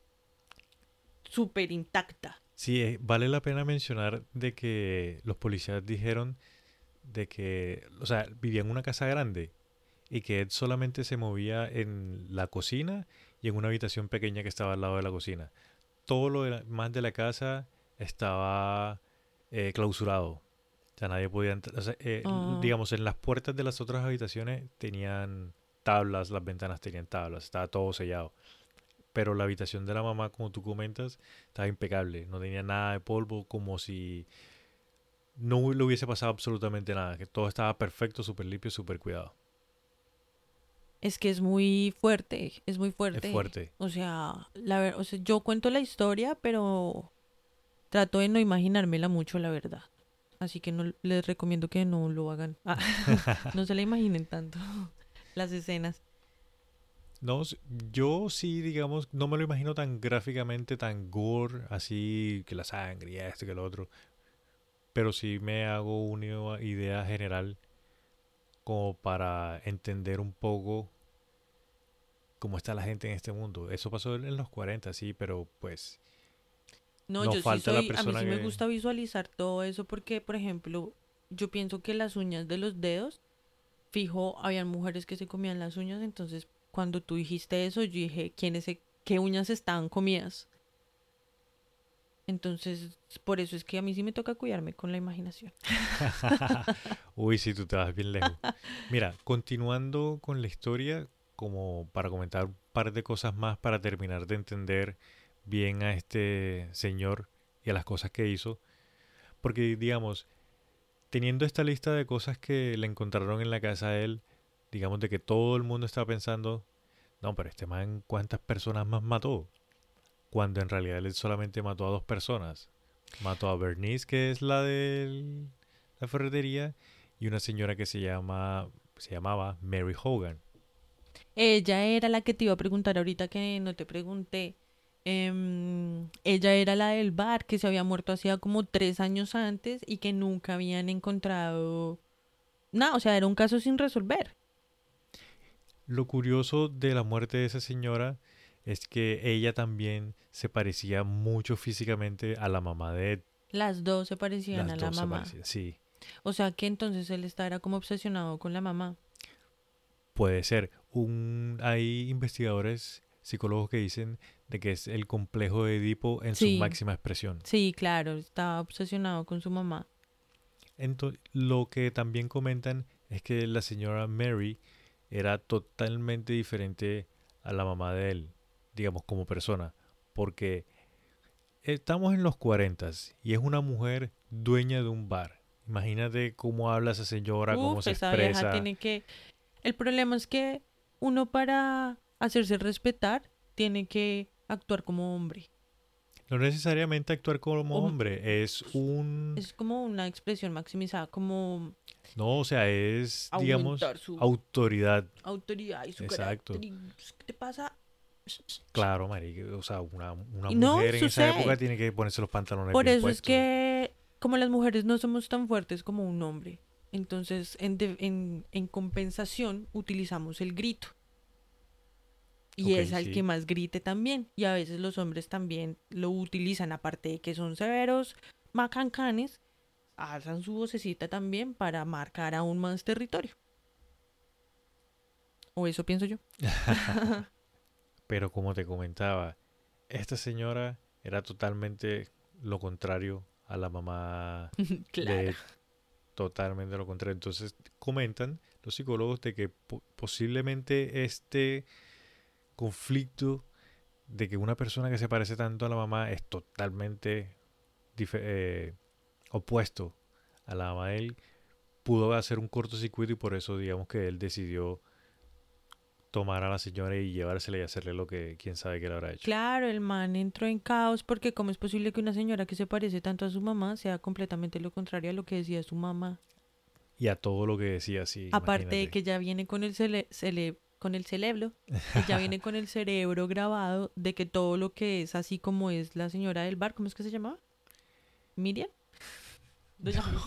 súper intacta. Sí, eh, vale la pena mencionar de que los policías dijeron de que, o sea, vivía en una casa grande y que él solamente se movía en la cocina y en una habitación pequeña que estaba al lado de la cocina. Todo lo de la- más de la casa estaba eh, clausurado. O sea, nadie podía entrar. O sea, eh, l- Ah, digamos, en las puertas de las otras habitaciones tenían tablas, las ventanas tenían tablas, estaba todo sellado. Pero la habitación de la mamá, como tú comentas, estaba impecable. No tenía nada de polvo, como si no le hubiese pasado absolutamente nada. Que todo estaba perfecto, súper limpio, súper cuidado. es que es muy fuerte, es muy Es fuerte. fuerte. O sea, la ver- o sea, yo cuento la historia, pero trato de no imaginármela mucho, la verdad. Así que no les recomiendo que no lo hagan. Ah, no se la imaginen tanto las escenas. No, s- yo sí, digamos, no me lo imagino tan gráficamente, tan gore, así que la sangre y esto y que lo otro. Pero sí me hago una idea general como para entender un poco cómo está la gente en este mundo. Eso pasó en los cuarenta, sí, pero pues No, no yo sí falta la soy, a mí persona sí me que... gusta visualizar todo eso porque, por ejemplo, yo pienso que las uñas de los dedos fijo, habían mujeres que se comían las uñas, entonces cuando tú dijiste eso, yo dije, ¿quiénes se, qué uñas estaban comidas? Entonces, por eso es que a mí sí me toca cuidarme con la imaginación. Uy, sí, tú te vas bien lejos. Mira, continuando con la historia, como para comentar un par de cosas más para terminar de entender bien a este señor y a las cosas que hizo. Porque, digamos, teniendo esta lista de cosas que le encontraron en la casa a él, digamos de que todo el mundo está pensando, no, pero este man, ¿cuántas personas más mató? Cuando en realidad él solamente mató a dos personas. Mató a Bernice, que es la de la ferretería, y una señora que se llama se llamaba Mary Hogan. Ella era la que te iba a preguntar ahorita que no te pregunté. Em, ella era la del bar que se había muerto hacía como tres años antes y que nunca habían encontrado nada, o sea, era un caso sin resolver. Lo curioso de la muerte de esa señora es que ella también se parecía mucho físicamente a la mamá de Ed. Las dos se parecían Las a la dos se mamá. parecían, sí. O sea que entonces él estaba como obsesionado con la mamá. Puede ser. Un, hay investigadores psicólogos que dicen de que es el complejo de Edipo en su Sí, máxima expresión. sí, claro, estaba obsesionado con su mamá. Entonces, lo que también comentan es que la señora Mary era totalmente diferente a la mamá de él, digamos, como persona, porque estamos en los cuarentas y es una mujer dueña de un bar. Imagínate cómo habla esa señora, cómo Uf, se esa vieja expresa. tiene que... El problema es que uno para hacerse respetar tiene que actuar como hombre. No necesariamente actuar como O- hombre, es un... es como una expresión maximizada, como No, o sea, es, digamos, aumentar su autoridad. autoridad y su Exacto. carácter. y, ¿Qué te pasa? Claro, marica, o sea, una, una Y no, mujer en esa época sucede. tiene que ponerse los pantalones Por bien eso es puestos. que como las mujeres no somos tan fuertes como un hombre, entonces en, de- en, en compensación utilizamos el grito. Y Ok, es al que sí. más grite también. Y a veces los hombres también lo utilizan, aparte de que son severos, macancanes, alzan su vocecita también para marcar aún más territorio. O eso pienso yo. Pero como te comentaba, esta señora era totalmente lo contrario a la mamá de Claro. Ed, totalmente lo contrario. Entonces comentan los psicólogos de que po- posiblemente este conflicto de que una persona que se parece tanto a la mamá es totalmente dife- eh, opuesto a la mamá de él, pudo hacer un cortocircuito y por eso digamos que él decidió tomar a la señora y llevársela y hacerle lo que quién sabe qué le habrá hecho. Claro, el man entró en caos porque cómo es posible que una señora que se parece tanto a su mamá sea completamente lo contrario a lo que decía su mamá. Y a todo lo que decía así, Aparte de imagínate. que ya viene con el cele- cele- con el cerebro, ella viene con el cerebro grabado de que todo lo que es así como es la señora del bar, ¿cómo es que se llamaba? ¿Miriam? Doña Miriam.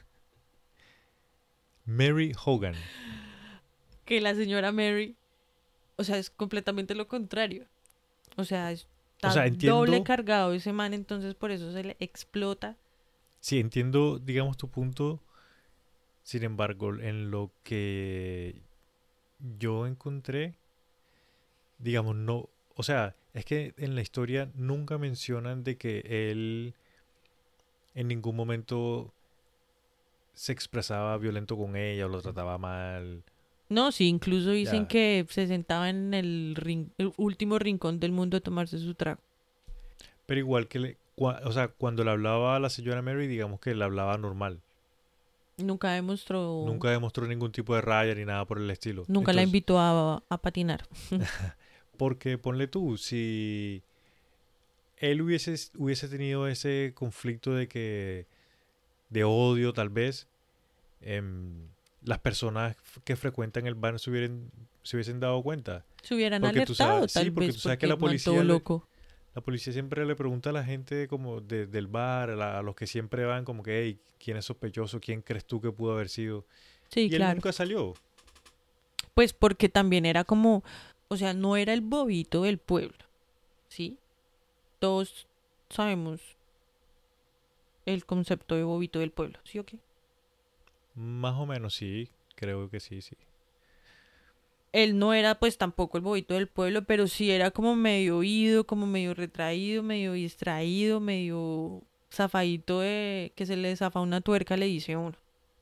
Mary Hogan. Que la señora Mary, o sea, es completamente lo contrario. O sea, O está sea, doble entiendo, cargado ese man, entonces por eso se le explota. sí, entiendo, digamos, tu punto. Sin embargo, en lo que yo encontré, digamos, no, o sea, es que en la historia nunca mencionan de que él en ningún momento se expresaba violento con ella o lo trataba mal. No, sí, incluso dicen Ya. que se sentaba en el, rin- el último rincón del mundo a tomarse su trago. Pero igual que le, cua- o sea, cuando le hablaba a la señora Mary, digamos que le hablaba normal. Nunca demostró, Nunca demostró ningún tipo de raya ni nada por el estilo. nunca la Entonces, invitó a, a patinar. porque ponle tú, si él hubiese, hubiese tenido ese conflicto de que, de odio tal vez, em, las personas que frecuentan el bar se, hubieran, se hubiesen dado cuenta. Se hubieran Porque tú alertado, sabes, sí, tal porque vez, tú sabes porque que la el man todo policía, le- loco. la policía siempre le pregunta a la gente como de- del bar, a, la- a los que siempre van, como que, hey, ¿quién es sospechoso? ¿Quién crees tú que pudo haber sido? Sí, Y él claro. nunca salió. Pues porque también era como, o sea, no era el bobito del pueblo, ¿sí? Todos sabemos el concepto de bobito del pueblo, ¿sí o qué? Más o menos sí, creo que sí, sí. Él no era pues tampoco el bobito del pueblo, pero sí era como medio oído, como medio retraído, medio distraído, medio zafadito de que se le zafa una tuerca, le dice uno.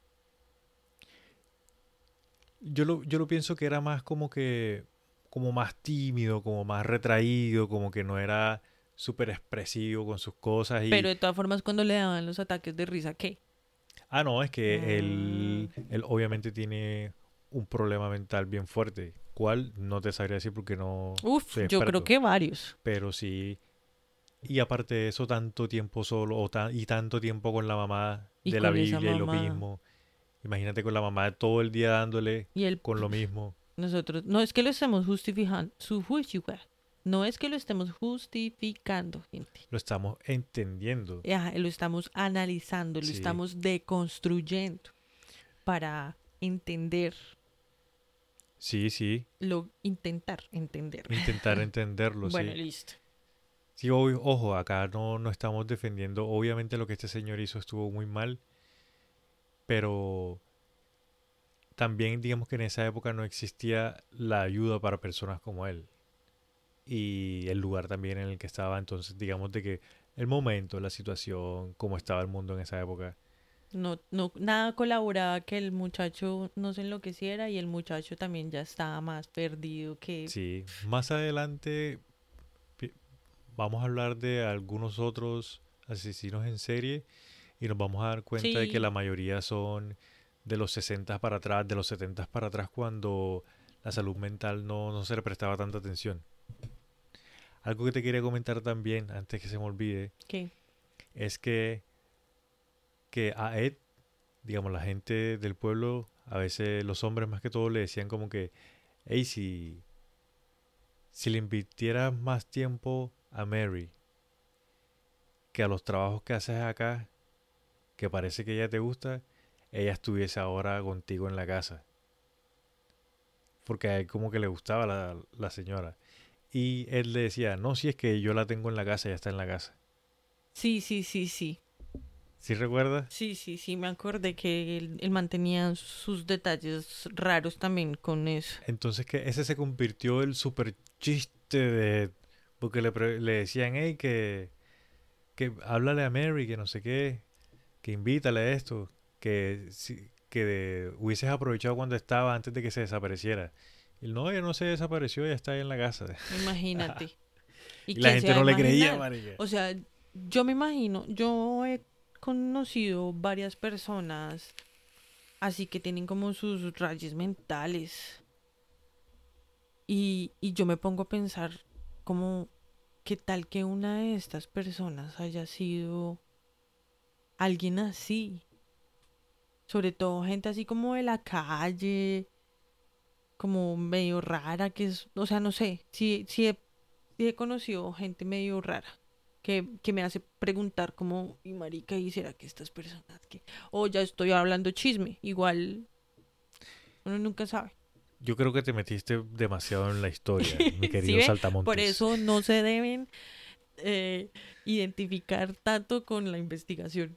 Yo lo, yo lo pienso que era más como que, como más tímido, como más retraído, como que no era súper expresivo con sus cosas Pero y... de todas formas cuando le daban los ataques de risa, ¿qué? Ah, no, es que Mm. él, él obviamente tiene un problema mental bien fuerte. ¿Cuál? No te sabría decir porque no Uf, soy yo creo experto. que varios. Pero sí. Y aparte de eso, tanto tiempo solo o ta- y tanto tiempo con la mamá Y de la con esa Biblia y lo mamá mismo. Imagínate con la mamá todo el día dándole y él, con lo mismo. nosotros, no es que lo estemos justificando, su juicio, no es que lo estemos justificando, gente. Lo estamos entendiendo. Ajá, lo estamos analizando, lo Sí, estamos deconstruyendo para entender, sí, sí. lo intentar entender. Intentar entenderlo, Bueno, sí. listo. Sí, obvio- ojo, acá no, no estamos defendiendo. Obviamente lo que este señor hizo estuvo muy mal, pero también digamos que en esa época no existía la ayuda para personas como él. Y el lugar también en el que estaba. Entonces, digamos de que el momento, la situación, cómo estaba el mundo en esa época. No, no, nada colaboraba que el muchacho no se enloqueciera y el muchacho también ya estaba más perdido que... Sí, más adelante pi- vamos a hablar de algunos otros asesinos en serie y nos vamos a dar cuenta de que Sí, la mayoría son de los sesenta para atrás, de los setenta para atrás, cuando la salud mental no, no se le prestaba tanta atención. Algo que te quería comentar también, antes que se me olvide, ¿qué? es que, que a Ed, digamos, la gente del pueblo, a veces los hombres más que todo le decían como que, hey, si, si le invirtieras más tiempo a Mary que a los trabajos que haces acá, que parece que ella te gusta, ella estuviese ahora contigo en la casa. Porque a él como que le gustaba la, la señora. Y él le decía, no, si es que yo la tengo en la casa, ya está en la casa. Sí, sí, sí, sí. ¿Sí recuerdas? Sí, sí, sí, me acordé que él, él mantenía sus detalles raros también con eso. Entonces que ese se convirtió el super chiste de... Porque le, pre- le decían, hey, que, que háblale a Mary, que no sé qué, que invítale a esto, que, si- que de- hubieses aprovechado cuando estaba antes de que se desapareciera. Y él, no, ella no se desapareció, ella está ahí en la casa. Imagínate. ¿Y Y la quién se gente va a no le creía, imaginar? marica. O sea, yo me imagino, yo he conocido varias personas así que tienen como sus rayos mentales y, y yo me pongo a pensar como, ¿qué tal que una de estas personas haya sido alguien así? Sobre todo gente así como de la calle, como medio rara, que es, o sea, no sé, sí, sí he, sí he conocido gente medio rara. Que, que me hace preguntar como, y marica, ¿y será que estas personas que... O ya estoy hablando chisme, igual uno nunca sabe. Yo creo que te metiste demasiado en la historia, mi ¿Sí querido ve? Por Saltamontes. eso no se deben eh, identificar tanto con la investigación.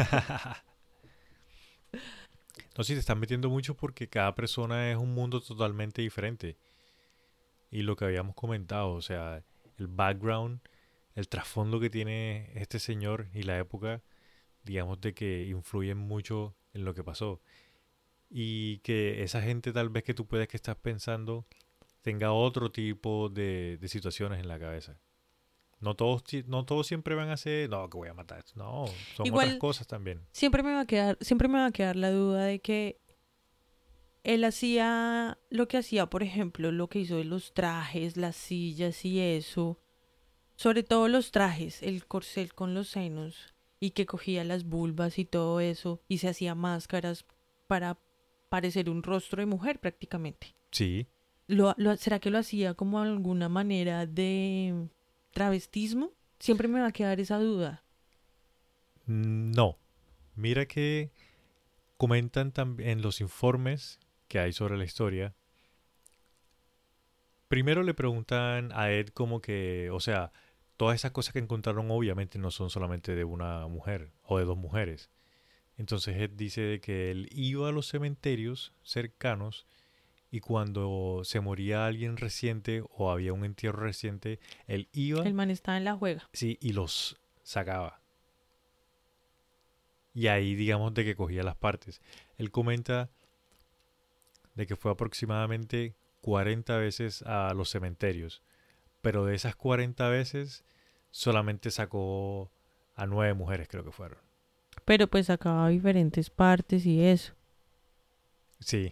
No, si te estás metiendo mucho porque cada persona es un mundo totalmente diferente. Y lo que habíamos comentado, o sea, el background, el trasfondo que tiene este señor y la época, digamos de que influyen mucho en lo que pasó. Y que esa gente tal vez que tú puedes que estás pensando tenga otro tipo de, de situaciones en la cabeza. No todos, ti- no todos siempre van a ser, no, que voy a matar. No, son otras Igual cosas también. siempre me va a quedar, siempre me va a quedar la duda de que él hacía lo que hacía, por ejemplo, lo que hizo de los trajes, las sillas y eso. Sobre todo los trajes, el corcel con los senos y que cogía las vulvas y todo eso y se hacía máscaras para parecer un rostro de mujer prácticamente. Sí, ¿Lo, lo- será que lo hacía como alguna manera de travestismo? Siempre me va a quedar esa duda. no. Mira que comentan también en los informes que hay sobre la historia. Primero le preguntan a Ed como que, o sea, todas esas cosas que encontraron obviamente no son solamente de una mujer o de dos mujeres. Entonces Ed dice de que él iba a los cementerios cercanos y cuando se moría alguien reciente o había un entierro reciente, él iba, El man estaba en la juega. sí, y los sacaba. Y ahí digamos de que cogía las partes. Él comenta de que fue aproximadamente cuarenta veces a los cementerios, pero de esas cuarenta veces solamente sacó a nueve mujeres, creo que fueron. Pero pues sacaba diferentes partes y eso. Sí.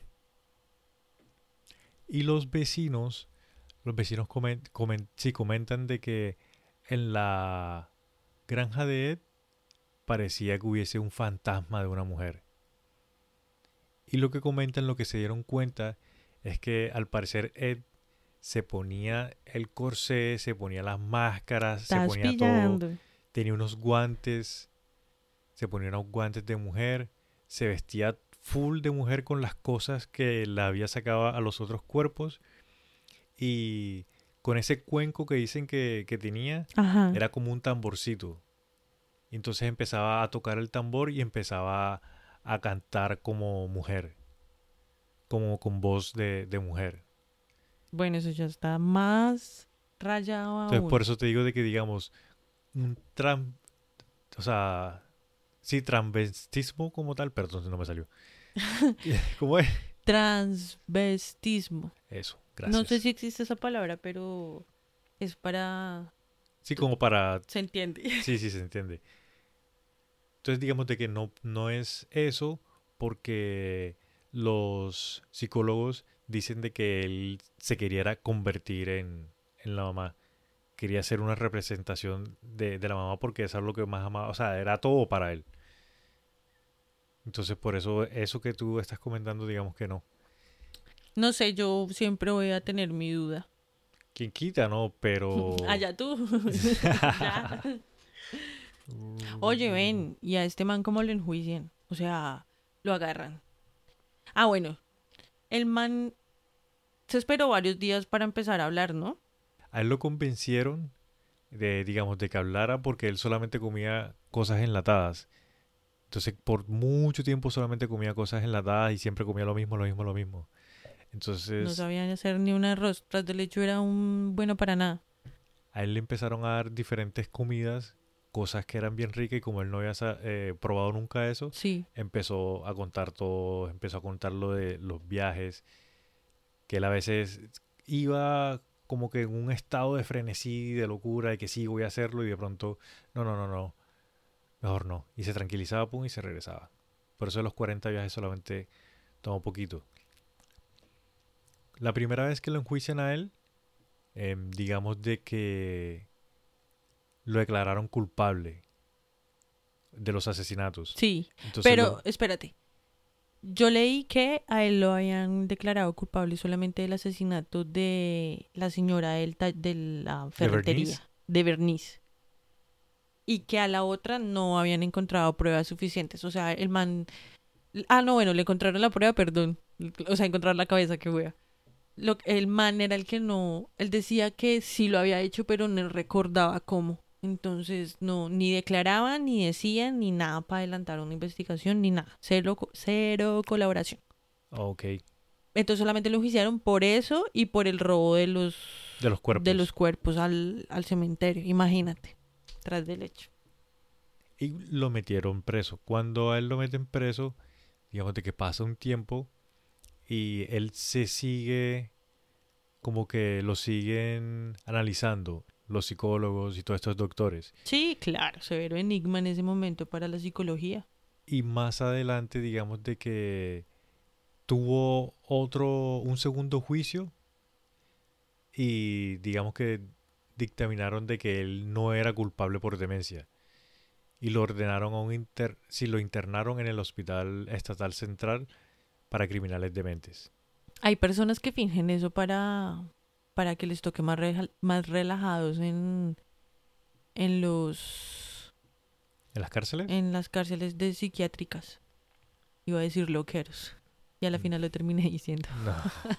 Y los vecinos, los vecinos comen, comen, sí, comentan de que en la granja de Ed parecía que hubiese un fantasma de una mujer. Y lo que comentan, lo que se dieron cuenta, es que al parecer Ed se ponía el corsé, se ponía las máscaras, se Estás ponía pillando. todo, tenía unos guantes, se ponía unos guantes de mujer, se vestía full de mujer con las cosas que la había sacado a los otros cuerpos y con ese cuenco que dicen que, que tenía, Ajá. era como un tamborcito. Y entonces empezaba a tocar el tambor y empezaba a cantar como mujer, como con voz de, de mujer. Bueno, eso ya está más rayado Entonces aún. por eso te digo de que digamos un tram, o sea, sí, transvestismo como tal, perdón, no me salió. ¿Cómo es? Transvestismo. Eso, gracias. No sé si existe esa palabra, pero es para... Sí, como para... Se entiende. Sí, sí, se entiende. Entonces digamos de que no, no es eso porque los psicólogos dicen de que él se quería convertir en, en la mamá. Quería ser una representación de, de la mamá porque eso es lo que más amaba. O sea, era todo para él. Entonces por eso, eso que tú estás comentando, digamos que no. No sé, yo siempre voy a tener mi duda. ¿Quién quita, no? Pero... Allá tú. Ya. Oye, ven, y a este man cómo lo enjuician. O sea, lo agarran. Ah, bueno. El man se esperó varios días para empezar a hablar, ¿no? A él lo convencieron de, digamos, de que hablara porque él solamente comía cosas enlatadas. Entonces, por mucho tiempo solamente comía cosas enlatadas y siempre comía lo mismo, lo mismo, lo mismo. Entonces, No sabían hacer ni un arroz. Tras del hecho era un bueno para nada. a él le empezaron a dar diferentes comidas, cosas que eran bien ricas y como él no había sa- eh, probado nunca eso, Sí. empezó a contar todo, empezó a contar lo de los viajes, que él a veces iba como que en un estado de frenesí, de locura, de que sí, voy a hacerlo y de pronto, no, no, no, no, mejor no. Y se tranquilizaba, pum, y se regresaba. Por eso de los cuarenta viajes solamente tomó poquito. La primera vez que lo enjuician a él, eh, digamos de que lo declararon culpable de los asesinatos. Sí. Entonces Pero, lo- espérate. Yo leí que a él lo habían declarado culpable solamente del asesinato de la señora del ta- de la ferretería. Bernice? De Bernice. Y que a la otra no habían encontrado pruebas suficientes. O sea, el man... Ah, no, bueno, le encontraron la prueba, perdón. O sea, encontrar la cabeza, qué wea. Lo, el man era el que no... Él decía que sí lo había hecho, pero no recordaba cómo. Entonces, no, ni declaraban, ni decían, ni nada para adelantar una investigación, ni nada. Cero, co- cero colaboración. ok, Entonces solamente lo juiciaron por eso y por el robo de los, de los cuerpos. de los cuerpos al, al cementerio. Imagínate, tras del hecho. Y lo metieron preso. Cuando a él lo meten preso, digamos de que pasa un tiempo y él se sigue, como que lo siguen analizando los psicólogos y todos estos doctores. Sí, claro, severo enigma en ese momento para la psicología. Y más adelante, digamos de que tuvo otro, un segundo juicio y digamos que dictaminaron de que él no era culpable por demencia. Y lo ordenaron a un inter... Sí, lo internaron en el Hospital Estatal Central para criminales dementes. Hay personas que fingen eso para, para que les toque más, reja- más relajados en, en los ¿En las cárceles? en las cárceles de psiquiátricas. Iba a decir loqueros. Y a la Mm. final lo terminé diciendo. No.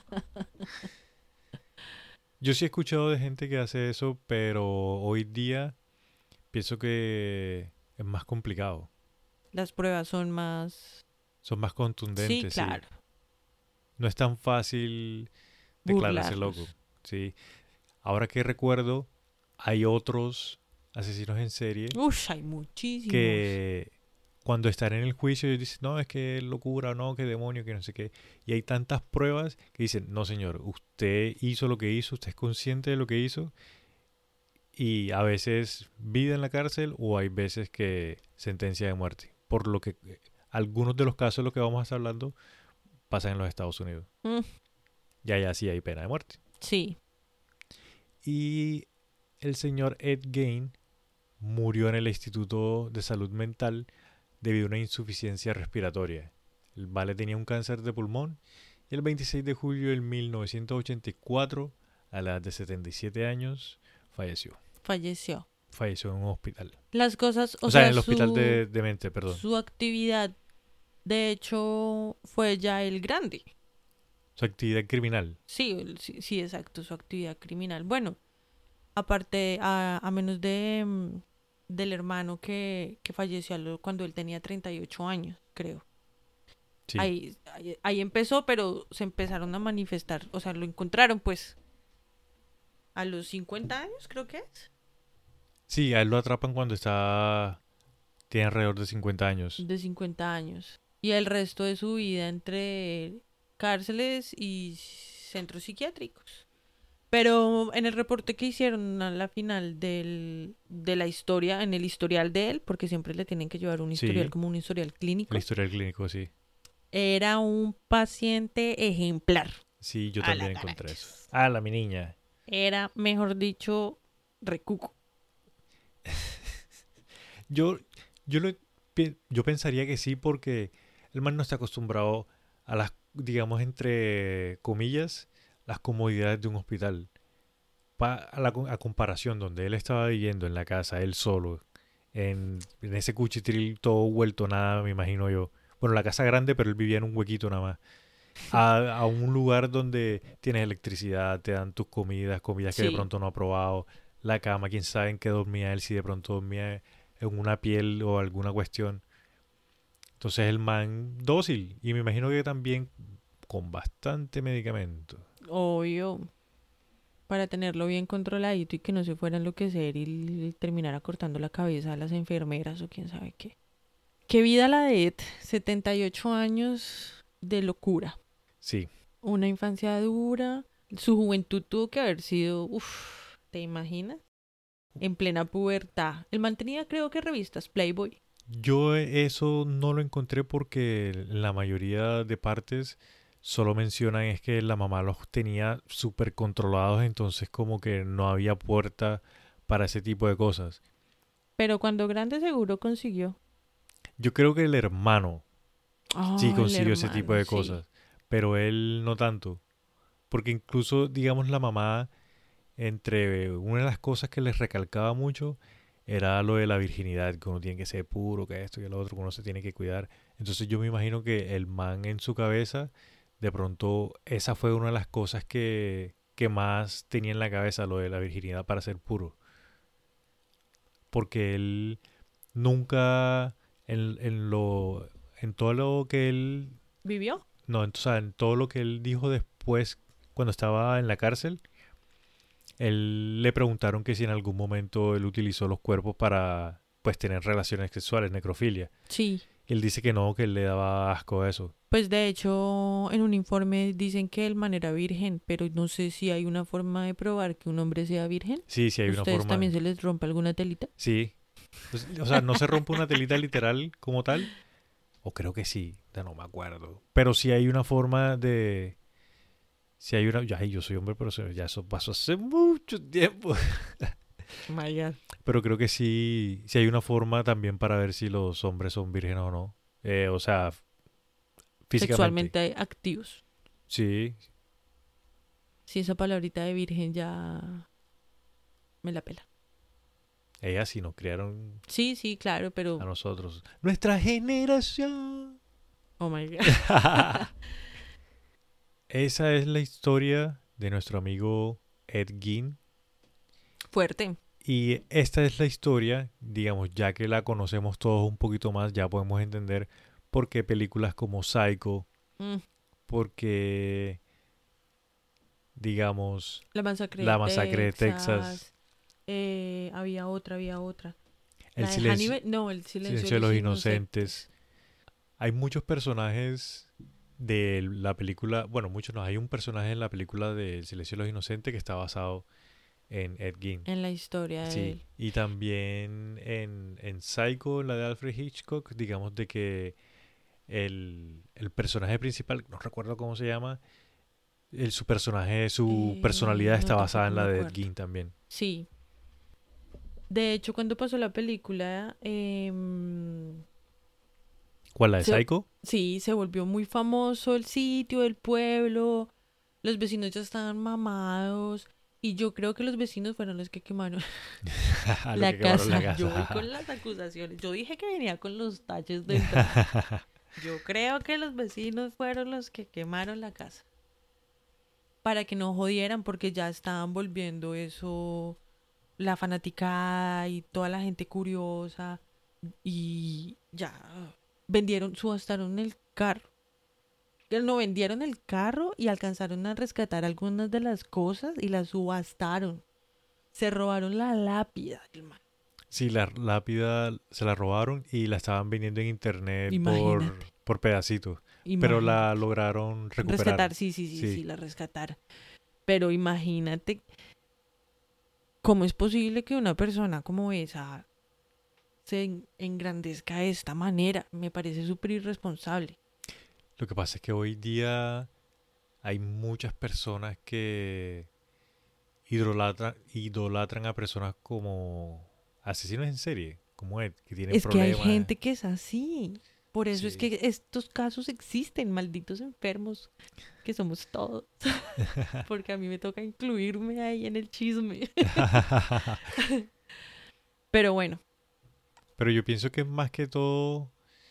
Yo sí he escuchado de gente que hace eso, pero hoy día pienso que es más complicado. las pruebas son más... Son más contundentes, Sí, claro. sí. No es tan fácil declararse Burlarlos. loco. Sí. Ahora que recuerdo, hay otros asesinos en serie Ush, hay muchísimos. que cuando están en el juicio ellos dicen, no, es que es locura, no, que demonio, que no sé qué. Y hay tantas pruebas que dicen, no señor, usted hizo lo que hizo, usted es consciente de lo que hizo. Y a veces vida en la cárcel o hay veces que sentencia de muerte. Por lo que eh, algunos de los casos de los que vamos a estar hablando pasan en los Estados Unidos. Mm, Y allá sí hay pena de muerte. sí, Y el señor Ed Gein murió en el Instituto de Salud Mental debido a una insuficiencia respiratoria. El vale tenía un cáncer de pulmón y el veintiséis de julio de mil novecientos ochenta y cuatro, a la edad de setenta y siete años, falleció. falleció. Falleció en un hospital. Las cosas, o, O, sea, sea, en el hospital su, de, de mente, perdón. su actividad, de hecho, fue ya el grande. Su actividad criminal. Sí, el- sí, sí, exacto, su actividad criminal. Bueno, aparte, a, a menos de mm, del hermano que, que falleció a lo- cuando él tenía treinta y ocho años, creo. Sí. Ahí, ahí, ahí empezó, pero se empezaron a manifestar, o sea, lo encontraron pues a los cincuenta años, creo que es. Sí, a él lo atrapan cuando está... Tiene alrededor de cincuenta años. De cincuenta años. Y el resto de su vida entre cárceles y centros psiquiátricos. Pero en el reporte que hicieron a la final del, de la historia, en el historial de él, porque siempre le tienen que llevar un Sí. historial como un historial clínico, El historial clínico, sí. era un paciente ejemplar. Sí, yo A también la encontré Caracas. eso. Ah, la mi niña. Era, mejor dicho, recuco. Yo, yo, lo, pi- yo pensaría que sí porque el man no está acostumbrado a las, digamos, entre comillas, las comodidades de un hospital. Pa- a, la, co- a comparación donde él estaba viviendo en la casa, él solo, en, en ese cuchitril todo vuelto nada, me imagino yo. Bueno, la casa grande, pero él vivía en un huequito nada más. A, a un lugar donde tienes electricidad, te dan tus comidas, comidas que de Sí. pronto no ha probado, la cama, quién sabe en qué dormía él, si de pronto dormía en una piel o alguna cuestión. Entonces el man dócil y me imagino que también con bastante medicamento. Obvio. Para tenerlo bien controladito y que no se fuera a enloquecer y l- terminara cortando la cabeza a las enfermeras o quién sabe qué. Qué vida la de Ed. setenta y ocho años de locura. Sí, Una infancia dura. Su juventud tuvo que haber sido... Uf, ¿te imaginas? En plena pubertad. Él mantenía, creo que, revistas Playboy. yo eso no lo encontré porque en la mayoría de partes solo mencionan es que la mamá los tenía súper controlados, entonces como que no había puerta para ese tipo de cosas. Pero cuando grande seguro consiguió. Yo creo que el hermano sí Ah, el consiguió ese tipo hermano, de sí. cosas, pero él no tanto. Porque incluso, digamos, la mamá, entre una de las cosas que les recalcaba mucho era lo de la virginidad, que uno tiene que ser puro, que esto y lo otro, que uno se tiene que cuidar. Entonces yo me imagino que el man en su cabeza, de pronto, esa fue una de las cosas que, que más tenía en la cabeza, lo de la virginidad para ser puro. Porque él nunca, en, en lo, en todo lo que él, ¿Vivió? no, en, o sea, en todo lo que él dijo después, cuando estaba en la cárcel, él le preguntaron que si en algún momento él utilizó los cuerpos para, pues, tener relaciones sexuales, necrofilia. Sí. Él dice que no, que él le daba asco a eso. Pues de hecho, en un informe dicen que el man era virgen, pero no sé si hay una forma de probar que un hombre sea virgen. Sí, sí hay una ¿Ustedes forma. también se les rompe alguna telita? Sí. Pues, o sea, no se rompe una telita literal como tal. O creo que sí, ya no me acuerdo. Pero sí hay una forma de... Sí hay una... Ya, ay, yo soy hombre, pero se- ya eso pasó hace mucho tiempo. My God. Pero creo que sí, sí hay una forma también para ver si los hombres son vírgenes o no. Eh, o sea, físicamente. Sexualmente activos. Sí, Si esa palabrita de virgen ya me la pela. ellas sí nos criaron Sí, sí, claro, pero... a nosotros. Nuestra generación. Oh my God. Esa es la historia de nuestro amigo Ed Gein. Fuerte. Y esta es la historia, digamos, ya que la conocemos todos un poquito más, ya podemos entender por qué películas como Psycho, Mm, porque, digamos, La masacre de La Masacre de Texas, Texas. eh, había otra, había otra. El La de silencio, Hannibal. No, el silencio, Silencio de de los los Inocentes. inocentes. Hay muchos personajes de la película, bueno, muchos no, hay un personaje en la película de El Silencio de los Inocentes que está basado en Ed Gein. En la historia de Sí, él. y también en, en Psycho, la de Alfred Hitchcock, digamos de que el, el personaje principal, no recuerdo cómo se llama, el, su personaje, su Eh, personalidad no, está basada tampoco en me la de Ed acuerdo. Gein también. Sí. De hecho, cuando pasó la película, em, ¿Cuál, la de se- Psycho? sí, se volvió muy famoso el sitio, el pueblo. Los vecinos ya estaban mamados. Y yo creo que los vecinos fueron los que quemaron A lo la que quemaron la casa. Yo voy casa. con las acusaciones. Yo dije que venía con los taches de entrada. Yo creo que los vecinos fueron los que quemaron la casa. Para que no jodieran, porque ya estaban volviendo eso, la fanaticada y toda la gente curiosa. Y ya vendieron, subastaron el carro. Que No vendieron el carro y alcanzaron a rescatar algunas de las cosas y las subastaron. Se robaron la lápida del man. Sí, la lápida se la robaron y la estaban vendiendo en internet por, Imagínate, por pedacitos, pero la imagínate. lograron recuperar. Rescatar, sí, sí, sí, Sí, sí, la rescatar. Pero imagínate cómo es posible que una persona como esa se en- engrandezca de esta manera. Me parece súper irresponsable. lo que pasa es que hoy día hay muchas personas que idolatran, idolatran a personas como asesinos en serie, como Ed, que tienen Es que hay problemas. gente que es así. Por eso es Sí. que estos casos existen, malditos enfermos, que somos todos. Porque a mí me toca incluirme ahí en el chisme. Pero bueno, Pero yo pienso que es más que todo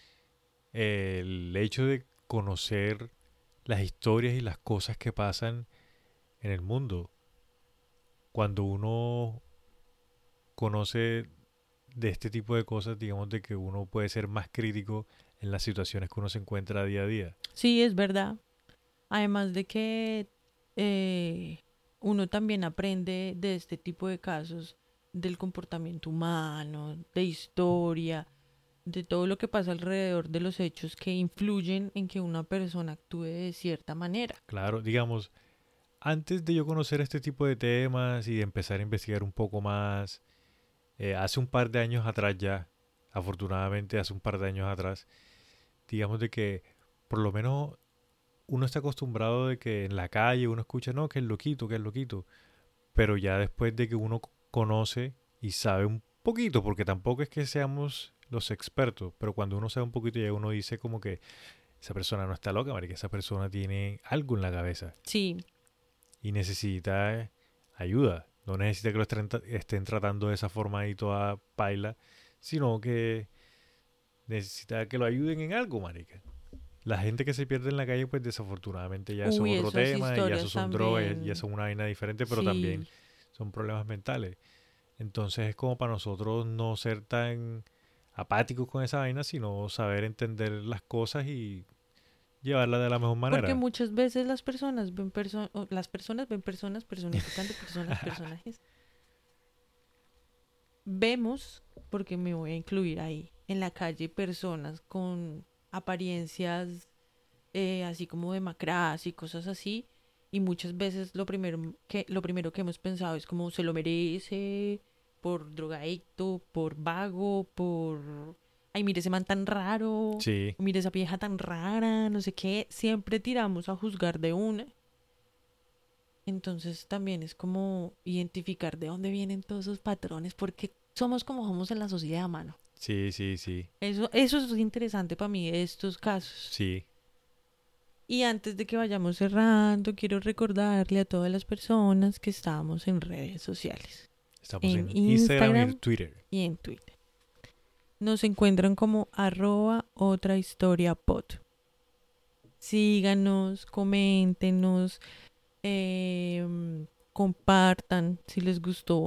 el hecho de conocer las historias y las cosas que pasan en el mundo. Cuando uno conoce de este tipo de cosas, digamos de que uno puede ser más crítico en las situaciones que uno se encuentra día a día. sí, es verdad. Además de que eh, uno también aprende de este tipo de casos, del comportamiento humano, de historia, de todo lo que pasa alrededor de los hechos que influyen en que una persona actúe de cierta manera. Claro, digamos, antes de yo conocer este tipo de temas y de empezar a investigar un poco más, eh, hace un par de años atrás ya, afortunadamente hace un par de años atrás, digamos de que por lo menos uno está acostumbrado de que en la calle uno escucha, no, que es loquito, que es loquito, pero ya después de que uno c- conoce y sabe un poquito, porque tampoco es que seamos los expertos, pero cuando uno sabe un poquito ya uno dice como que esa persona no está loca, marica, esa persona tiene algo en la cabeza Sí, y necesita eh, ayuda. No necesita que lo estén, tra- estén tratando de esa forma ahí toda paila, sino que necesita que lo ayuden en algo, marica. La gente que se pierde en la calle, pues desafortunadamente ya eso uy, es otro esas tema, y ya eso historias son drogas, ya también. son una vaina diferente, pero también Sí, son problemas mentales. Entonces es como para nosotros no ser tan apáticos con esa vaina, sino saber entender las cosas y llevarla de la mejor porque manera. muchas veces las personas ven personas, las personas ven personas personificando personas, personajes. Vemos, porque me voy a incluir ahí, en la calle personas con apariencias eh, así como demacradas y cosas así. Y muchas veces lo primero que, lo primero que hemos pensado es como se lo merece por drogadicto, por vago, por... Ay, mire ese man tan raro, Sí, o mire esa vieja tan rara, no sé qué. Siempre tiramos a juzgar de una. Entonces también es como identificar de dónde vienen todos esos patrones, porque somos como somos en la sociedad, mano. sí, sí, sí, Eso, eso es interesante para mí de estos casos. sí. Y antes de que vayamos cerrando, quiero recordarle a todas las personas que estamos en redes sociales, Estamos en en Instagram y Instagram Twitter. y en Twitter. Nos encuentran como arroba otra historia pod. Síganos, coméntenos, em, compartan si les gustó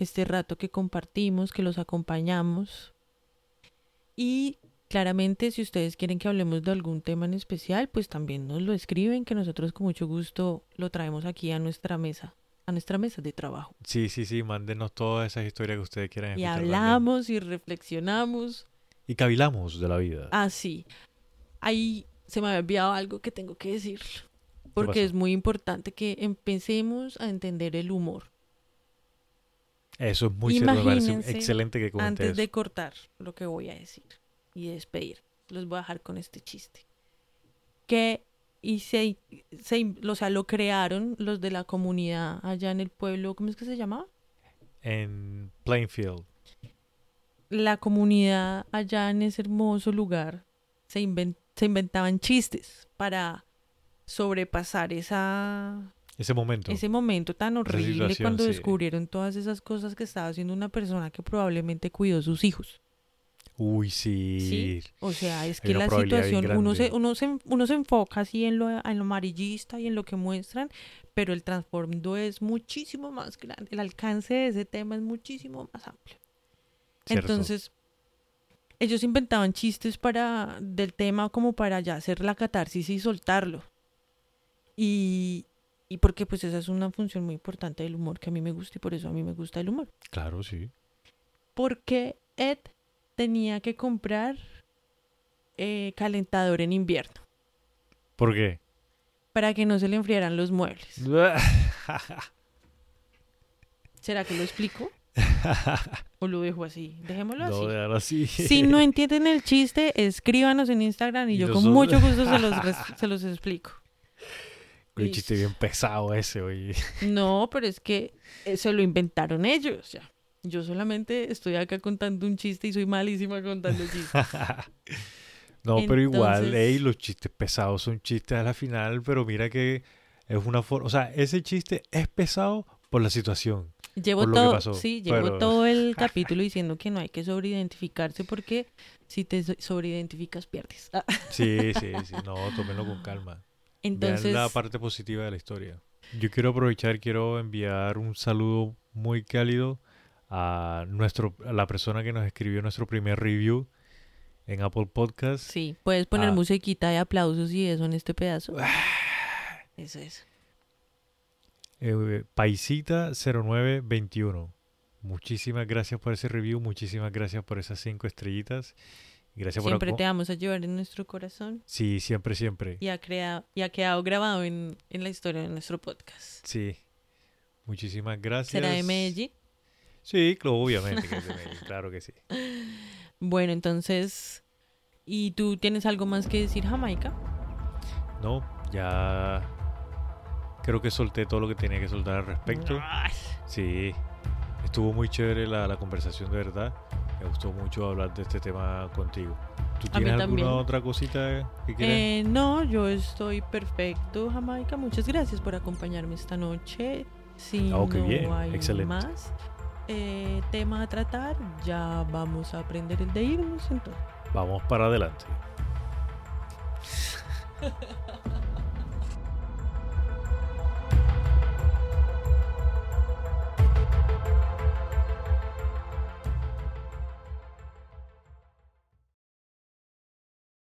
este rato que compartimos, que los acompañamos. Y claramente, si ustedes quieren que hablemos de algún tema en especial, pues también nos lo escriben, que nosotros con mucho gusto lo traemos aquí a nuestra mesa, a nuestra mesa de trabajo. Sí, sí, sí, mándenos todas esas historias que ustedes quieran Y escuchar. hablamos y reflexionamos. También. Y cavilamos de la vida. Ah, sí. Ahí se me había olvidado algo que tengo que decir. Porque pasó? es muy importante que empecemos a entender el humor. Eso es muy cierto, me parece Imagínense, excelente que comentes Antes eso. de cortar lo que voy a decir y despedir, los voy a dejar con este chiste. Que y se, se, o sea, lo crearon los de la comunidad allá en el pueblo, ¿cómo es que se llamaba? En Plainfield. La comunidad allá en ese hermoso lugar se, invent, se inventaban chistes para sobrepasar esa... Ese momento. Ese momento tan horrible cuando sí. descubrieron todas esas cosas que estaba haciendo una persona que probablemente cuidó a sus hijos. Uy, sí. Sí, o sea, es Hay que una la probabilidad bien situación, uno se, grande. uno, se, uno se enfoca así en lo, en lo amarillista y en lo que muestran, pero el trasfondo es muchísimo más grande, el alcance de ese tema es muchísimo más amplio. Cierto. Entonces, ellos inventaban chistes para del tema como para ya hacer la catarsis y soltarlo. Y, y porque pues esa es una función muy importante del humor que a mí me gusta y por eso a mí me gusta el humor. Claro, sí. Porque Ed tenía que comprar eh, calentador en invierno ¿Por qué? para que no se le enfriaran los muebles. ¿Será que lo explico? ¿O lo dejo así? Dejémoslo No, así. déjalo así. Si no entienden el chiste, escríbanos en Instagram y, Y yo con nosotros- mucho gusto se los, res- se los explico. Un Listo. chiste bien pesado ese, oye. No, pero es que eh, se lo inventaron ellos, ya. Yo solamente estoy acá contando un chiste y soy malísima contando chistes. No, pero igual, Entonces- ey, los chistes pesados son chistes a la final, pero mira que es una forma, o sea, ese chiste es pesado por la situación. Llevo Por lo que todo, pasó, sí, llevo pero- todo el capítulo diciendo que no hay que sobreidentificarse porque si te so- sobreidentificas pierdes. Ah, Sí, sí, sí, no, tómenlo con calma. Entonces, Vean la parte positiva de la historia. Yo quiero aprovechar, quiero enviar un saludo muy cálido a nuestro a la persona que nos escribió nuestro primer review en Apple Podcast. sí, puedes poner Ah. musiquita de aplausos y eso en este pedazo. Eso es. Eh, Paisita cero nueve veintiuno. Muchísimas gracias por ese review, muchísimas gracias por esas cinco estrellitas. Gracias Siempre por te vamos a llevar en nuestro corazón Sí, siempre, siempre. y ha, creado, y ha quedado grabado en, en la historia de nuestro podcast. Sí. Muchísimas gracias. ¿Será de Medellín? Sí, claro, obviamente que es de Medellín, claro que sí. Bueno, entonces, ¿y tú tienes algo más que decir, Jamaica? No, ya creo que solté todo lo que tenía que soltar al respecto. Ay, Sí, estuvo muy chévere la, la conversación, de verdad. Me gustó mucho hablar de este tema contigo. ¿Tú A mí tienes también. alguna otra cosita que quieras? Eh, no, yo estoy perfecto, Jamaica. Muchas gracias por acompañarme esta noche. Si Oh, qué no bien, hay excelente. más eh, tema a tratar, ya vamos a aprender el de irnos entonces. Vamos para adelante.